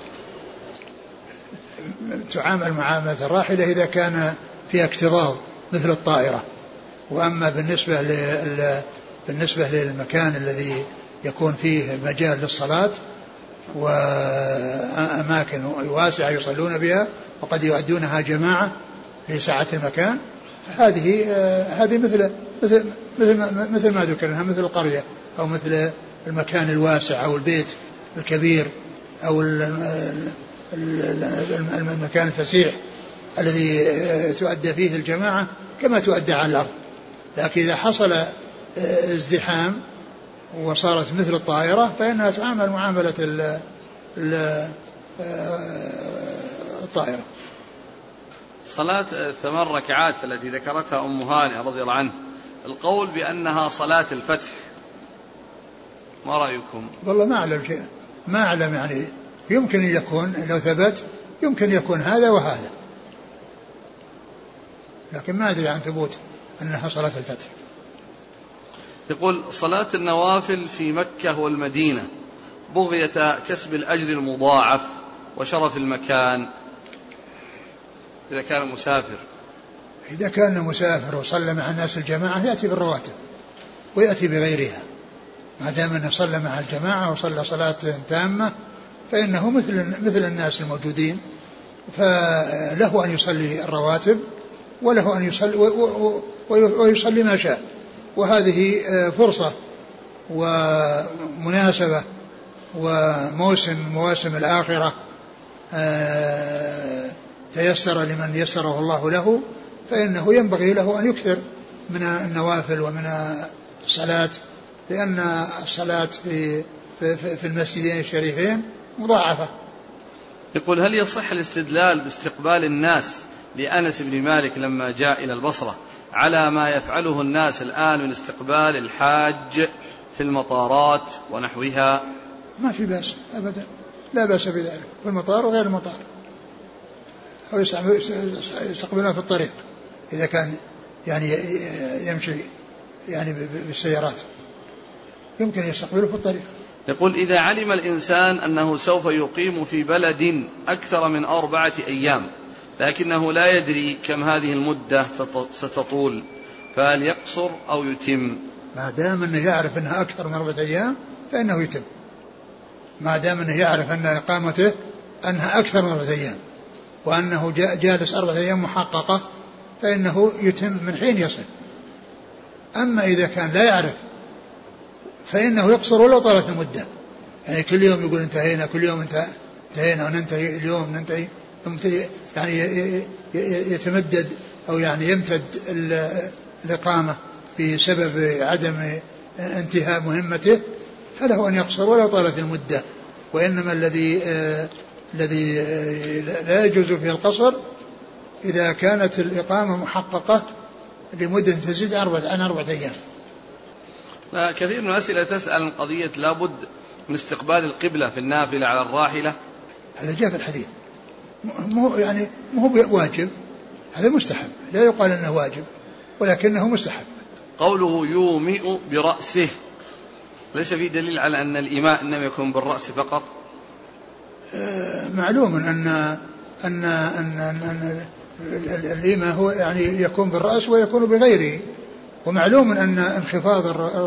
تعامل معاملة الراحلة إذا كان فيها اكتظاظ مثل الطائرة. وأما بالنسبة للمكان الذي يكون فيه مجال للصلاة وأماكن واسعة يصلون بها وقد يؤدونها جماعة لسعة المكان، هذه مثل ما ذكرنا، مثل القرية أو مثل المكان الواسع أو البيت الكبير أو المكان الفسيح الذي تؤدى فيه الجماعة كما تؤدى على الأرض. لكن إذا حصل ازدحام وصارت مثل الطائرة فإنها تعامل معاملة الطائرة. صلاة 8 ركعات التي ذكرتها أم هانئ رضي الله عنه، القول بأنها صلاة الفتح، ما رأيكم؟ والله ما أعلم شيء، ما أعلم يعني، يمكن أن يكون لو ثبت يمكن يكون هذا وهذا، لكن ما أدري عن ثبوت أنها صلاة الفتح. يقول صلاة النوافل في مكة والمدينة بغية كسب الأجر المضاعف وشرف المكان إذا كان مسافر. إذا كان مسافر وصلى مع الناس الجماعة يأتي بالرواتب ويأتي بغيرها، ما دام أنه صلى مع الجماعة وصلى صلاة تامة فإنه مثل الناس الموجودين، فله أن يصلي الرواتب وله أن يصلي ويصلي ما شاء. وهذه فرصة ومناسبة مواسم الآخرة تيسر لمن يسره الله له، فإنه ينبغي له أن يكثر من النوافل ومن الصلاة، لأن الصلاة في المسجدين الشريفين مضاعفة. يقول هل يصح الاستدلال باستقبال الناس لأنس بن مالك لما جاء إلى البصرة على ما يفعله الناس الآن من استقبال الحاج في المطارات ونحوها؟ ما في بأس أبدا، لا بأس بذلك في المطار وغير المطار، أو يستقبلون في الطريق إذا كان يعني يمشي يعني بالسيارات يمكن يستقبله في الطريق. يقول إذا علم الإنسان أنه سوف يقيم في بلد أكثر من 4 أيام لكنه لا يدري كم هذه المدة ستطول، فهل يقصر أو يتم؟ ما دام أنه يعرف أنها أكثر من 4 أيام فإنه يتم، ما دام أنه يعرف أن إقامته أنها أكثر من 4 أيام وأنه جالس 4 أيام محققة فإنه يتم من حين يصل. أما إذا كان لا يعرف فإنه يقصر ولو طالت المدة، يعني كل يوم يقول انتهينا، كل يوم انتهينا وننتهي اليوم ننتهي، ثم يعني يتمدد أو يعني يمتد الإقامة بسبب عدم انتهاء مهمته، فله أن يقصر ولو طالت المدة. وإنما الذي لا يجوز فيه القصر إذا كانت الإقامة محققة لمدة تزيد عن 4 أيام. كثير من الأسئلة تسأل عن قضية لابد من استقبال القبلة في النافلة على الراحلة. هذا جاء في الحديث، يعني مو واجب، هذا مستحب، لا يقال أنه واجب ولكنه مستحب. قوله يومئ برأسه ليس في دليل على أن الإيماء إنما يكون بالرأس فقط؟ معلوم أن الإيماء هو يعني يكون بالرأس ويكون بغيره، ومعلوم أن انخفاض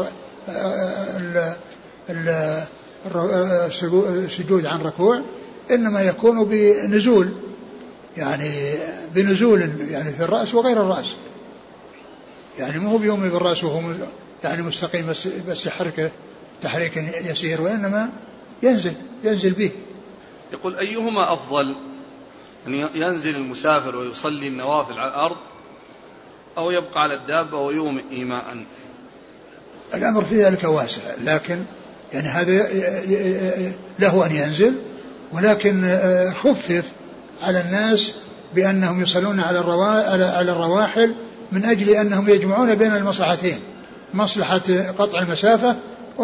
السجود عن ركوع إنما يكون بنزول، يعني بنزول يعني في الرأس وغير الرأس، يعني ما هو بيومي بالرأس وهو يعني مستقيم بس تحريك يسير، وإنما ينزل به. يقول أيهما أفضل، أن ينزل المسافر ويصلي النوافل على الأرض أو يبقى على الدابة ويومئ إيماء؟ الأمر في ذلك واسع، لكن يعني هذا له أن ينزل، ولكن خفف على الناس بأنهم يصلون على الرواحل من أجل أنهم يجمعون بين المصلحتين، مصلحة قطع المسافة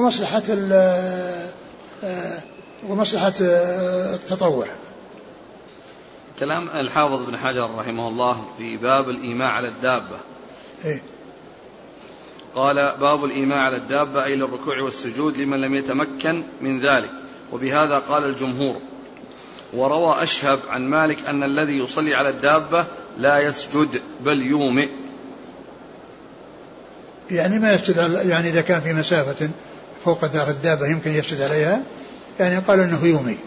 ومصلحة التطوع. كلام الحافظ بن حجر رحمه الله في باب الإيماء على الدابة. قال باب الإيماء على الدابة أي للركوع والسجود لمن لم يتمكن من ذلك، وبهذا قال الجمهور. وروى أشهب عن مالك أن الذي يصلي على الدابة لا يسجد بل يومئ، يعني ما يسجد، يعني إذا كان في مسافة فوق دار الدابة يمكن يسجد عليها، يعني قال أنه يومئ.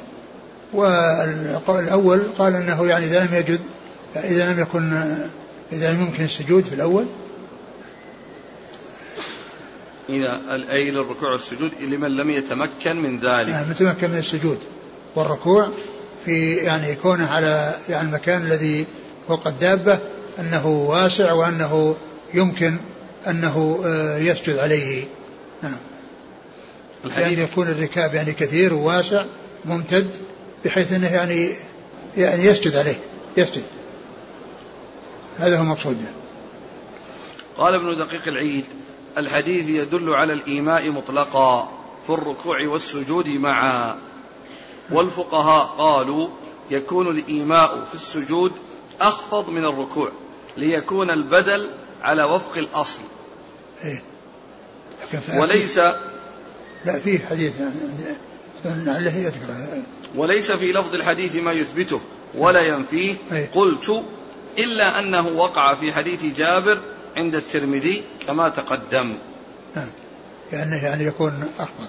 والأول قال أنه يعني إذا لم يجد، إذا لم يمكن السجود في الأول، إذا أي للركوع والسجود لمن لم يتمكن من ذلك، يعني متمكن من السجود والركوع في يعني يكون على يعني المكان الذي فوق الدابة أنه واسع وأنه يمكن أنه يسجد عليه. نعم، يعني يكون الركاب يعني كثير وواسع ممتد بحيث أنه يعني يسجد عليه، يسجد، هذا هو مقصود. قال ابن دقيق العيد الحديث يدل على الإيماء مطلقا في الركوع والسجود معا، والفقهاء قالوا يكون الإيماء في السجود أخفض من الركوع ليكون البدل على وفق الأصل. وليس لا فيه حديث لعله يذكره، وليس في لفظ الحديث ما يثبته ولا ينفيه. قلت إلا أنه وقع في حديث جابر عند الترمذي كما تقدم. يعني يكون أخفض.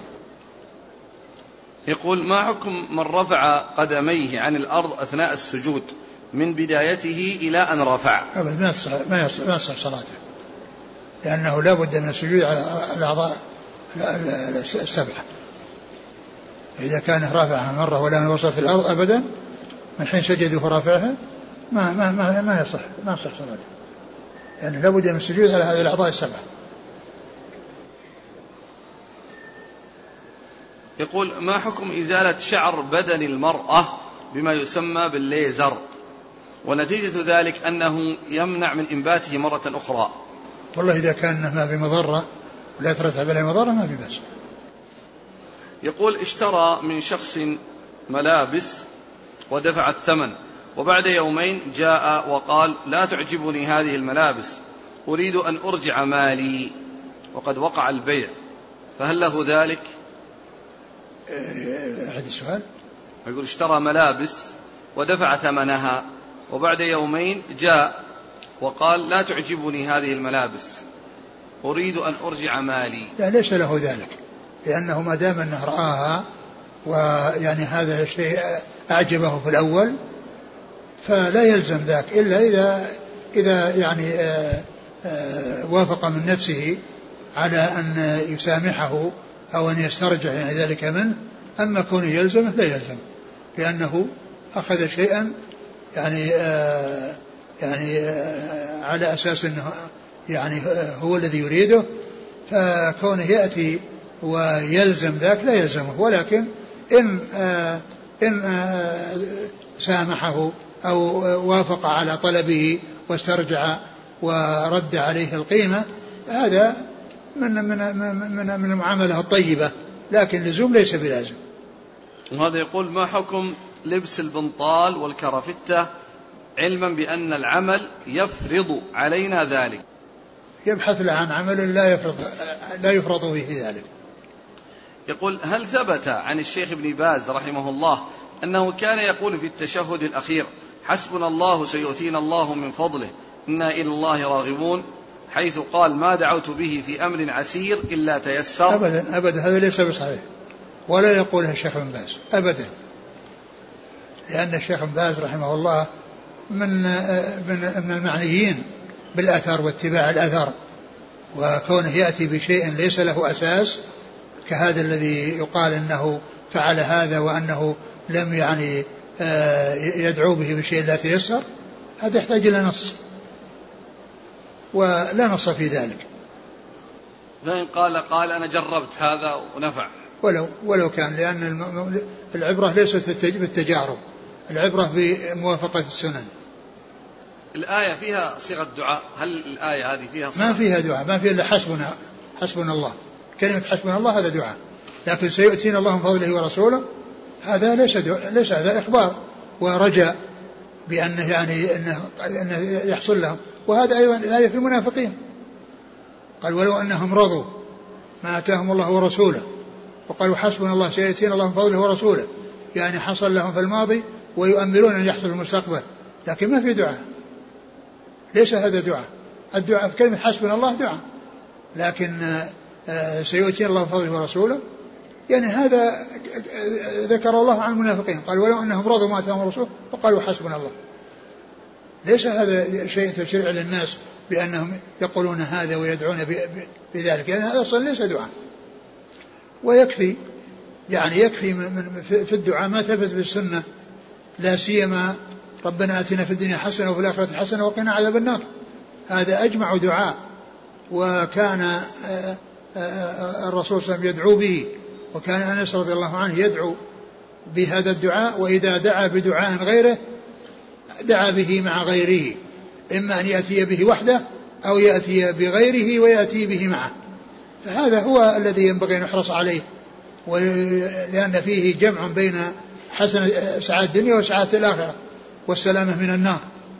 يقول ما حكم من رفع قدميه عن الأرض أثناء السجود من بدايته إلى أن رفع؟ ما يصح صلاته، لأنه لا بد من السجود على الأعضاء السبعة. إذا كان رافعها مرة ولا وصلت الأرض أبدا من حين سجد فرافعها ما يصح صلاته، يعني لا بد من السجود على هذه الأعضاء السبعة. يقول ما حكم إزالة شعر بدن المرأة بما يسمى بالليزر ونتيجة ذلك أنه يمنع من إنباته مرة أخرى؟ والله إذا كان ما في مضرة ولا يترتب عليه مضرة ما في بأس. يقول اشترى من شخص ملابس ودفع الثمن وبعد يومين جاء وقال لا تعجبني هذه الملابس، أريد أن أرجع مالي وقد وقع البيع، فهل له ذلك؟ أحد السؤال. يقول اشترى ملابس ودفع ثمنها وبعد يومين جاء وقال لا تعجبني هذه الملابس، أريد أن أرجع مالي. لا ليس له ذلك، لأنه ما دام أنه رآها ويعني هذا الشيء أعجبه في الأول فلا يلزم ذاك إلا إذا يعني وافق من نفسه على أن يسامحه أو أن يسترجع يعني ذلك منه. أما كونه يلزمه لا يلزم، لأنه أخذ شيئا يعني على أساس أنه يعني هو الذي يريده، فكونه يأتي ويلزم ذاك لا يلزمه. ولكن إن سامحه أو وافق على طلبه واسترجع ورد عليه القيمة هذا من المعاملة الطيبة، لكن لزوم ليس بلازم. وهذا يقول ما حكم لبس البنطال والكرافتة علما بأن العمل يفرض علينا ذلك؟ يبحث له عن عمل لا يفرض فيه ذلك. يقول هل ثبت عن الشيخ ابن باز رحمه الله أنه كان يقول في التشهد الأخير حسبنا الله سيؤتينا الله من فضله إنا إلى الله راغبون، حيث قال ما دعوت به في أمر عسير إلا تيسر؟ أبدا هذا ليس بصحيح ولا يقولها الشيخ ابن باز أبدا، لأن الشيخ ابن باز رحمه الله من المعنيين بالأثر واتباع الأثر، وكونه يأتي بشيء ليس له أساس كهذا الذي يقال أنه فعل هذا وأنه لم يعني يدعو به بشيء لا تيسر، هذا يحتاج إلى نص ولا نص في ذلك. فإن قال أنا جربت هذا ونفع ولو كان، لأن العبرة ليست بالتجارب، العبرة بموافقة السنن. الآية فيها صيغة دعاء، هل الآية هذه فيها صيغة؟ ما فيها دعاء، ما فيها إلا حسبنا الله، كلمة حسبنا الله هذا دعاء، لكن سيؤتينا الله من فضله ورسوله هذا ليس هذا إخبار ورجاء بأنه يعني أنه يحصل لهم. وهذا أيضا الآية في المنافقين، قال ولو أنهم رضوا ما آتاهم الله ورسوله وقالوا حسبنا الله سيؤتينا الله من فضله ورسوله، يعني حصل لهم في الماضي ويؤملون أن يحصل في المستقبل، لكن ما في دعاء، ليس هذا دعاء. الدعاء في كلمة حسبنا الله دعاء، لكن سيؤتينا الله من فضله ورسوله يعني هذا ذكر الله عن المنافقين، قال ولو أنهم رضوا ما آتاهم الرسول وقالوا حسبنا الله. ليس هذا شيء تشريع للناس بأنهم يقولون هذا ويدعون بذلك، لأن هذا أصلا ليس دعاء. ويكفي يعني يكفي في الدعاء ما ثبت بالسنة، لا سيما ربنا آتنا في الدنيا حسنة وفي الآخرة حسنة وقنا عذاب النار، هذا أجمع دعاء، وكان الرسول صلى الله عليه وسلم يدعو به، وكان أنس رضي الله عنه يدعو بهذا الدعاء، وإذا دعا بدعاء غيره دعا به مع غيره، إما أن يأتي به وحده أو يأتي بغيره ويأتي به معه، فهذا هو الذي ينبغي أن نحرص عليه، لأن فيه جمع بين سعادة الدنيا وسعادة الآخرة والسلامة من النار.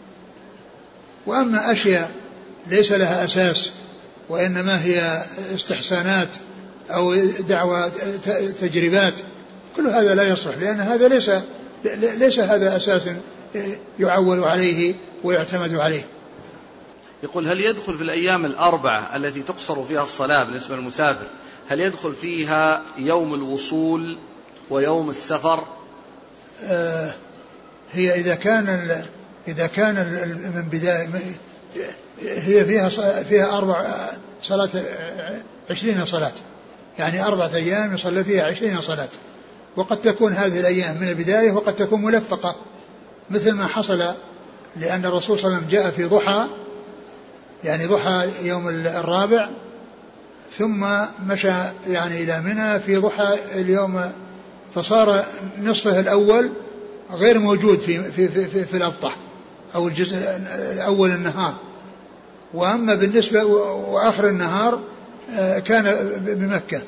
وأما أشياء ليس لها أساس وإنما هي استحسانات أو دعوة تجربات، كل هذا لا يصلح، لأن هذا ليس هذا أساس يعول عليه ويعتمد عليه. يقول: هل يدخل في الأيام الأربعة التي تقصر فيها الصلاة بالنسبة للمسافر، هل يدخل فيها يوم الوصول ويوم السفر؟ هي إذا كان من بداية هي فيها 20 صلاة، يعني 4 أيام يصلى فيها 20 صلاة، وقد تكون هذه الأيام من البداية وقد تكون ملفقة مثل ما حصل، لأن الرسول صلى الله عليه وسلم جاء في ضحى، يعني ضحى يوم الرابع، ثم مشى يعني إلى منى في ضحى اليوم، فصار نصفه الأول غير موجود في الأبطح أو الجزء الأول النهار، وأما بالنسبة وآخر النهار كان بمكة.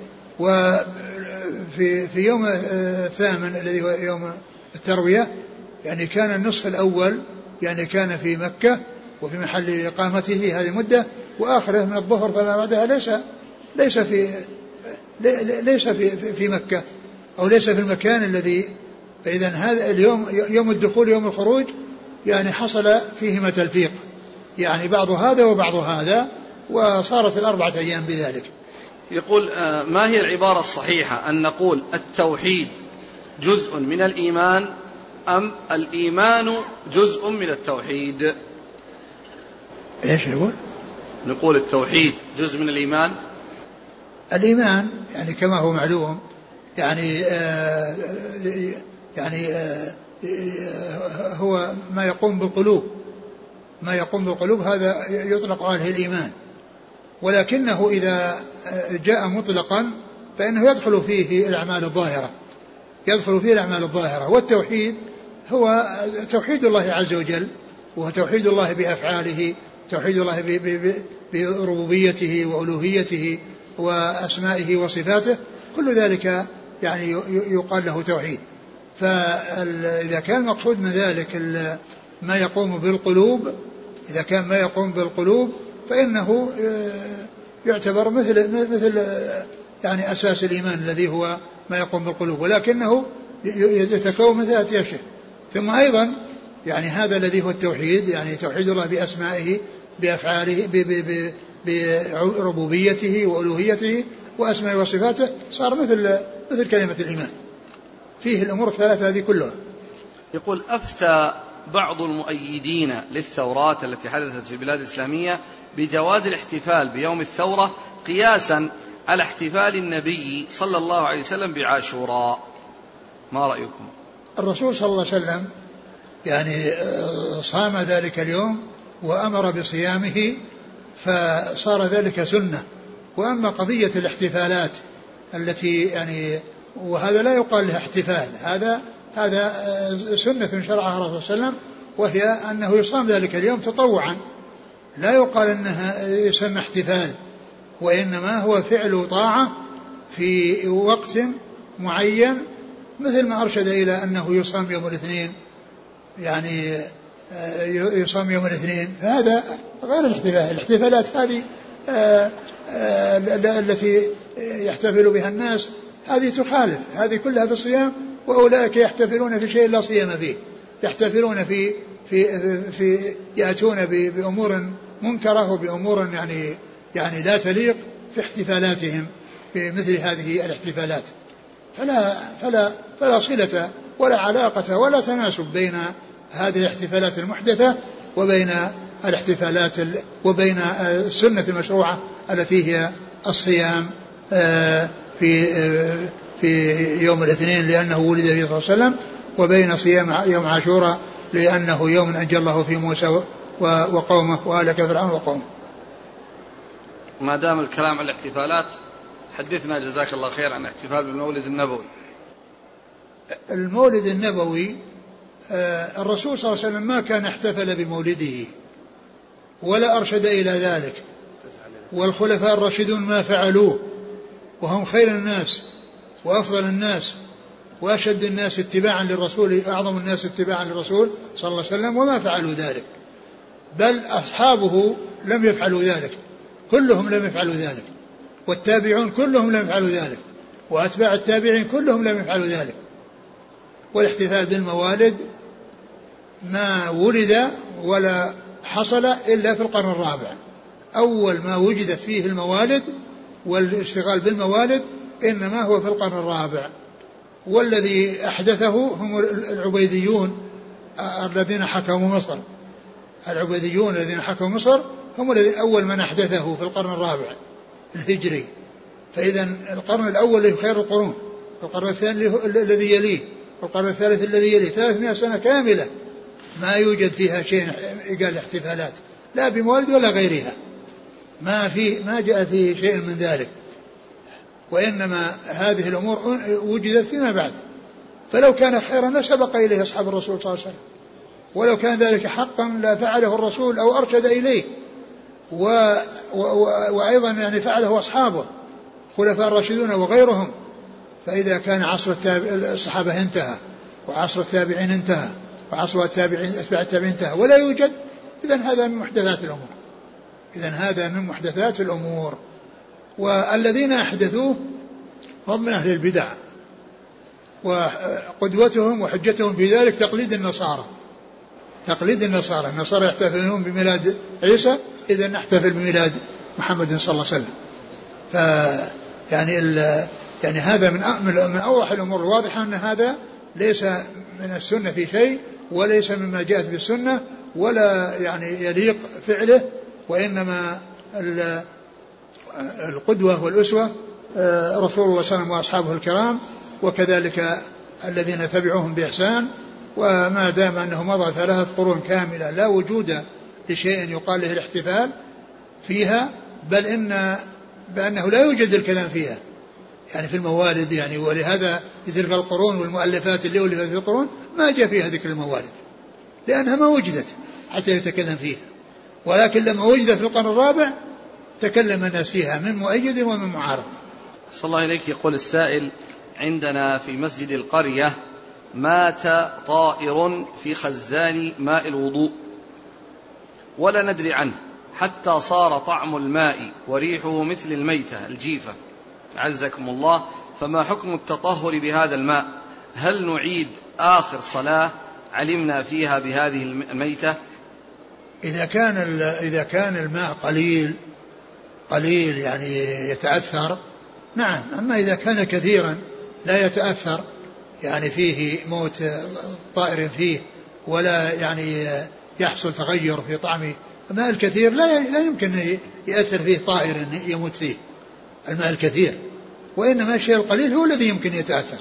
وفي يوم الثامن الذي هو يوم التروية يعني كان النصف الأول يعني كان في مكة وفي محل إقامته هذه مدة، وآخره من الظهر فما بعدها ليس في مكة أو ليس في المكان الذي. فإذا هذا اليوم يوم الدخول يوم الخروج يعني حصل فيهما تلفيق، يعني بعض هذا وبعض هذا، وصارت 4 أيام بذلك. يقول: ما هي العبارة الصحيحة أن نقول التوحيد جزء من الإيمان أم الإيمان جزء من التوحيد؟ إيش يقول؟ نقول التوحيد جزء من الإيمان. الإيمان يعني كما هو معلوم هو ما يقوم بالقلوب، هذا يطلق عليه الإيمان، ولكنه إذا جاء مطلقا فإنه يدخل فيه الأعمال الظاهرة، والتوحيد هو توحيد الله عز وجل، وهو توحيد الله بأفعاله، توحيد الله بربوبيته وألوهيته وأسمائه وصفاته، كل ذلك يعني يقال له توحيد. فإذا كان المقصود من ذلك ما يقوم بالقلوب، إذا كان ما يقوم بالقلوب فإنه يعتبر مثل يعني أساس الإيمان الذي هو ما يقوم بالقلوب، ولكنه يتكون من 3 أشياء. ثم أيضا يعني هذا الذي هو التوحيد، يعني توحيد الله بأسمائه بأفعاله بربوبيته وألوهيته وأسمائه وصفاته، صار مثل كلمة الإيمان، فيه الأمور الثلاثة هذه كلها. يقول: أفتى بعض المؤيدين للثورات التي حدثت في البلاد الإسلامية بجواز الاحتفال بيوم الثورة قياسا على احتفال النبي صلى الله عليه وسلم بعاشوراء، ما رأيكم؟ الرسول صلى الله عليه وسلم يعني صام ذلك اليوم وأمر بصيامه، فصار ذلك سنة. وأما قضية الاحتفالات التي يعني، وهذا لا يقال له احتفال، هذا سنة شرعها الرسول صلى الله عليه وسلم، وهي أنه يصام ذلك اليوم تطوعا، لا يقال أنها يسمى احتفال، وإنما هو فعل طاعة في وقت معين، مثل ما أرشد إلى أنه يصام يوم الاثنين، يعني يصام يوم الاثنين، فهذا غير الاحتفال. الاحتفالات هذه التي يحتفل بها الناس هذه تخالف، هذه كلها بالصيام، وأولئك يحتفلون في شيء لا صيام فيه، يحتفلون في يأتون بأمور منكرة وبأمور يعني لا تليق في احتفالاتهم بمثل هذه الاحتفالات. فلا صلة ولا علاقة ولا تناسب بين هذه الاحتفالات المحدثة وبين الاحتفالات وبين السنة المشروعة التي هي الصيام في يوم الاثنين لأنه ولد فيه صلى الله عليه وسلم، وبين صيام يوم عاشوراء لأنه يوم أنجى الله فيه موسى وقومه وأهلك فرعون وقومه. ما دام الكلام عن الاحتفالات، حدثنا جزاك الله خير عن الاحتفال بالمولد النبوي. المولد النبوي الرسول صلى الله عليه وسلم ما كان احتفل بمولده ولا أرشد إلى ذلك، والخلفاء الراشدون ما فعلوه، وهم خير الناس وأفضل الناس وأشد الناس اتباعا للرسول أعظم الناس اتباعا للرسول صلى الله عليه وسلم وما فعلوا ذلك، بل أصحابه لم يفعلوا ذلك، كلهم لم يفعلوا ذلك، والتابعون كلهم لم يفعلوا ذلك، وأتباع التابعين كلهم لم يفعلوا ذلك. والاحتفال بالموالد ما ولد ولا حصل إلا في القرن الرابع، أول ما وجدت فيه الموالد والاشتغال بالموالد إنما هو في القرن الرابع، والذي أحدثه هم العبيديون الذين حكموا مصر. العبيديون الذين حكموا مصر هم الذين أول من أحدثه في القرن الرابع الهجري. فإذا القرن الأول اللي خير القرون، القرن الثاني الذي يليه، والقرن الثالث الذي يليه، 300 سنة كاملة ما يوجد فيها شيء قال احتفالات لا بموالد ولا غيرها، ما جاء فيه شيء من ذلك، وإنما هذه الأمور وجدت فيما بعد. فلو كان خيرا لسبق إليه أصحاب الرسول صلى الله عليه وسلم، ولو كان ذلك حقا لا فعله الرسول أو أرشد إليه، وأيضا يعني فعله أصحابه خلفاء الراشدون وغيرهم. فإذا كان عصر الصحابة انتهى، وعصر التابعين انتهى، وعصر التابعين أتباع التابعين انتهى ولا يوجد، إذن هذا من محدثات الأمور. والذين أحدثوه هم من أهل البدع، وقدوتهم وحجتهم في ذلك تقليد النصارى. النصارى يحتفلون بميلاد عيسى، إذن نحتفل بميلاد محمد صلى الله عليه وسلم. يعني هذا من أوضح الأمور الواضحة أن هذا ليس من السنة في شيء، وليس مما جاءت بالسنة، ولا يعني يليق فعله، وإنما القدوة والأسوة رسول الله صلى الله عليه وسلم وأصحابه الكرام، وكذلك الذين تبعوهم بإحسان. وما دام أنه مضى 3 قرون كاملة لا وجود لشيء يقال له الاحتفال فيها، بأنه لا يوجد الكلام فيها يعني في الموالد يعني. ولهذا في تلك القرون والمؤلفات اللي ألفت في القرون ما جاء فيها ذكر الموالد، لأنها ما وجدت حتى يتكلم فيها. ولكن لما وجدت في القرن الرابع تكلم الناس فيها من مؤيد ومن معارض. صلى الله عليك. يقول السائل: عندنا في مسجد القرية مات طائر في خزان ماء الوضوء ولا ندري عنه، حتى صار طعم الماء وريحه مثل الميتة الجيفة، عزكم الله، فما حكم التطهر بهذا الماء؟ هل نعيد آخر صلاة علمنا فيها بهذه الميتة؟ إذا كان الماء قليل يعني يتأثر، نعم. أما إذا كان كثيرا لا يتأثر، يعني فيه موت طائر فيه، ولا يعني يحصل تغير في طعمه. الماء الكثير لا يمكن يأثر فيه طائر يموت فيه، الماء الكثير. وإنما الشيء القليل هو الذي يمكن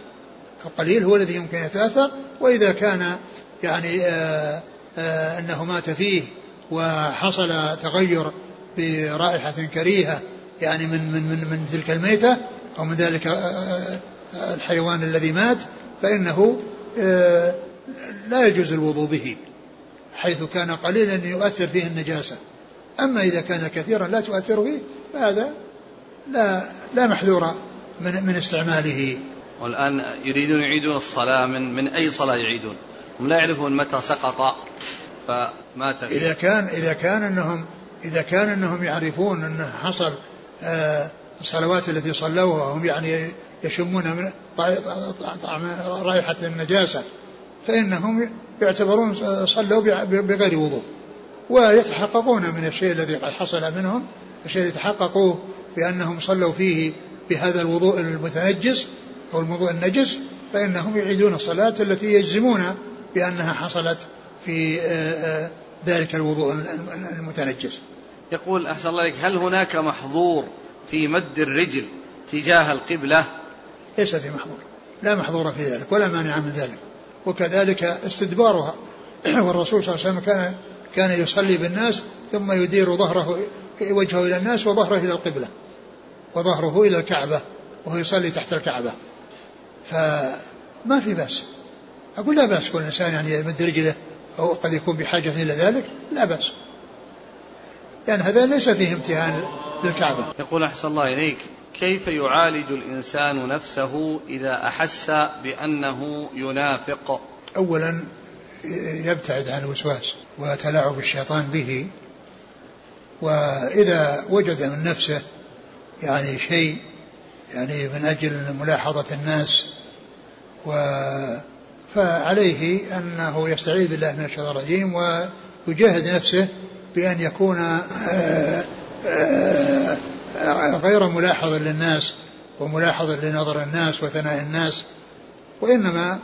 يتأثر. وإذا كان يعني أنه مات فيه وحصل تغير برائحة كريهة يعني من تلك الميتة أو من ذلك الحيوان الذي مات، فإنه لا يجوز الوضوء به، حيث كان قليلا يؤثر فيه النجاسة. أما إذا كان كثيرا لا تؤثر فيه فهذا لا محذور من استعماله. والآن يريدون يعيدون الصلاة من أي صلاة يعيدون؟ هم لا يعرفون متى سقط فمات فيه. إذا كان أنهم يعرفون أنه حصل الصلوات التي صلوها وهم يعني يشمون من طعم رائحة النجاسة، فإنهم يعتبرون صلوا بغير وضوء، ويتحققون من الشيء الذي قد حصل منهم، الشيء اللي تحققوا بأنهم صلوا فيه بهذا الوضوء المتنجس أو الوضوء النجس، فإنهم يعيدون الصلاة التي يجزمون بأنها حصلت في ذلك الوضوء المتنجس. يقول: أحسن الله عليك، هل هناك محظور في مد الرجل تجاه القبلة؟ ليس في محظور، لا محظور في ذلك ولا مانع من ذلك. وكذلك استدبارها، والرسول صلى الله عليه وسلم كان يصلي بالناس ثم يدير وجهه إلى الناس وظهره إلى القبلة وظهره إلى الكعبة وهو يصلي تحت الكعبة، فما في بأس. أقول لا بأس كل إنسان يعني يمد رجله أو قد يكون بحاجة إلى ذلك، لا بأس، لأن هذا ليس فيه امتهان للكعبة. يقول: أحسن الله إليك، كيف يعالج الإنسان نفسه إذا أحس بأنه ينافق؟ أولا يبتعد عن الوسواس وتلاعب الشيطان به، وإذا وجد من نفسه يعني شيء يعني من أجل ملاحظة الناس فعليه أنه يستعيذ بالله من الشيطان الرجيم ويجاهد نفسه بأن يكون غير ملاحظ للناس وملاحظ لنظر الناس وثناء الناس، وإنما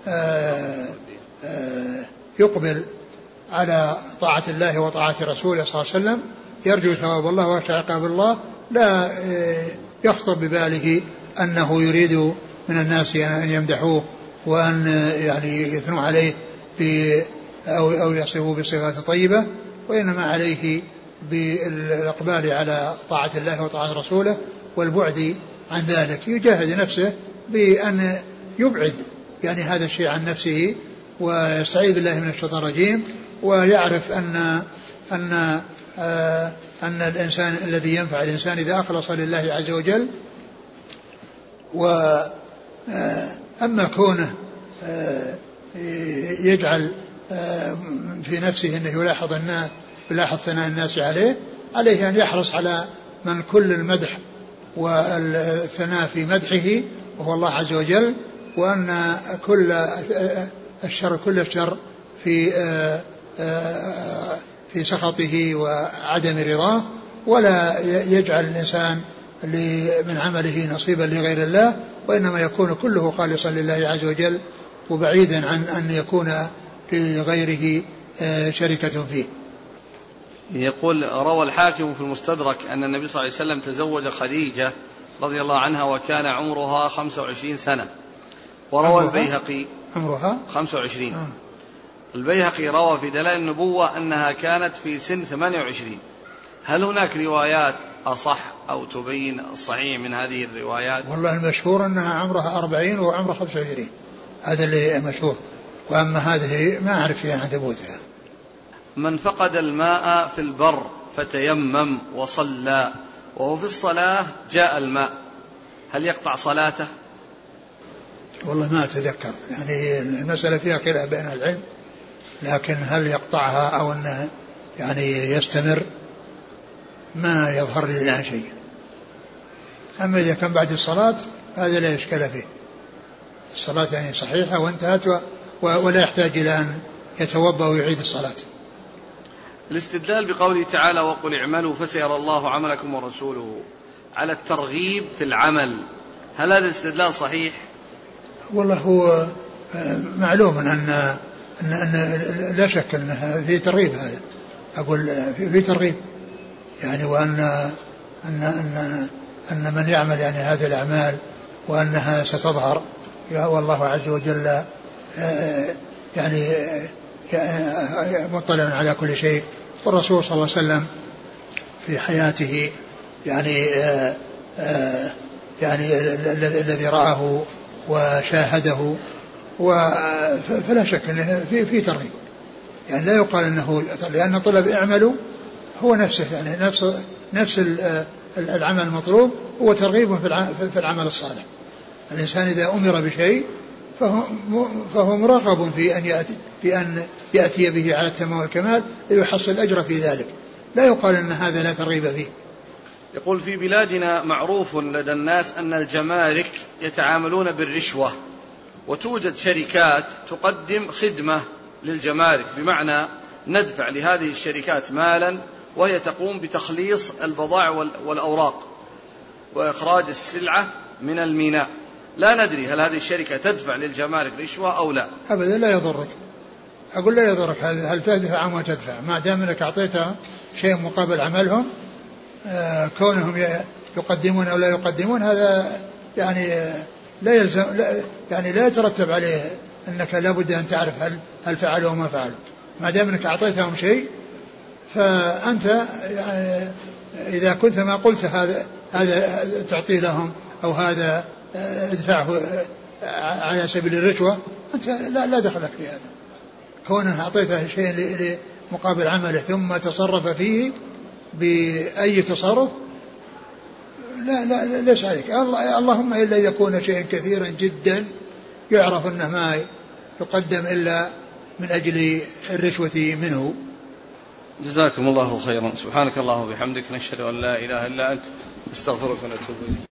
يقبل على طاعة الله وطاعة رسوله صلى الله عليه وسلم، يرجو ثواب الله ويخشى عقاب الله، لا يخطر بباله أنه يريد من الناس أن يمدحوه وأن يعني يثنوا عليه أو يصفوا بصفات طيبة، وإنما عليه بالإقبال على طاعة الله وطاعة رسوله والبعد عن ذلك. يجاهد نفسه بأن يبعد يعني هذا الشيء عن نفسه ويستعيذ بالله من الشيطان الرجيم، ويعرف أن الإنسان الذي ينفع الإنسان إذا أخلص لله عز وجل. وأما كونه يجعل في نفسه أنه يلاحظ ثناء الناس عليه أن يحرص على من كل المدح والثناء في مدحه وهو الله عز وجل، وأن كل الشر في سخطه وعدم رضاه، ولا يجعل الإنسان من عمله نصيبا لغير الله، وإنما يكون كله خالصا لله عز وجل وبعيدا عن أن يكون لغيره شركة فيه. يقول روى الحاكم في المستدرك أن النبي صلى الله عليه وسلم تزوج خديجة رضي الله عنها وكان عمرها 25 سنة. وروى البيهقي عمرها 25. البيهقي روى في دلائل النبوة أنها كانت في سن 28. هل هناك روايات أصح أو تبين الصحيح من هذه الروايات؟ والله المشهور أنها عمرها 40 وعمرها 25، هذا اللي مشهور، وأما هذه ما أعرف فيها عن ثبوتها. من فقد الماء في البر فتيمم وصلى وهو في الصلاة جاء الماء هل يقطع صلاته؟ والله ما أتذكر، يعني المسألة فيها خلاف بين العلم، لكن هل يقطعها أو أنه يعني يستمر ما يظهر لي الآن شيء. أما إذا كان بعد الصلاة هذا لا إشكال فيه، الصلاة يعني صحيحة وانتهت ولا يحتاج إلى أن يتوضأ ويعيد الصلاة. الاستدلال بقوله تعالى وقل اعملوا فسيرى الله عملكم ورسوله على الترغيب في العمل، هل هذا الاستدلال صحيح؟ والله هو معلوم أن لا شك أنه في ترغيب، هذا أقول في ترغيب يعني، وأن من يعمل يعني هذه الأعمال وأنها ستظهر والله عز وجل يعني مطلع على كل شيء، والرسول صلى الله عليه وسلم في حياته يعني الذي رآه وشاهده، فلا شك أنه في ترغيب، يعني لا يقال أنه، لأن طلب اعملوا هو نفسه يعني نفس العمل المطلوب هو ترغيب في العمل الصالح. الإنسان إذا أمر بشيء فهو مرغب في أن يأتي به على التمام والكمال ليحصل الأجر في ذلك، لا يقال أن هذا لا ترغيب فيه. يقول في بلادنا معروف لدى الناس أن الجمارك يتعاملون بالرشوة، وتوجد شركات تقدم خدمة للجمارك، بمعنى ندفع لهذه الشركات مالا وهي تقوم بتخليص البضائع والأوراق وإخراج السلعة من الميناء. لا ندري هل هذه الشركة تدفع للجمارك رشوة أو لا. أبدا لا يضرك، أقول لا يضرك، هل تدفع أم تدفع، ما دام أنك أعطيتها شيء مقابل عملهم، كونهم يقدمون أو لا يقدمون هذا يعني لا يلزم، يعني لا يترتب عليه أنك لابد أن تعرف هل فعلوا أو ما فعلوا، ما دام أنك أعطيتهم شيء فأنت يعني إذا كنت ما قلت هذا تعطي لهم أو هذا ادفعه على سبيل الرشوة، أنت لا دخلك في هذا. كونه أعطيته شيء مقابل عمله ثم تصرف فيه بأي تصرف لا ليس عليك. اللهم إلا يكون شيئا كثيرا جدا يعرف أنه ما يقدم إلا من أجل الرشوة منه. جزاكم الله خيرا. سبحانك اللهم وبحمدك، نشهد أن لا إله إلا أنت، نستغفرك ونتوب إليك.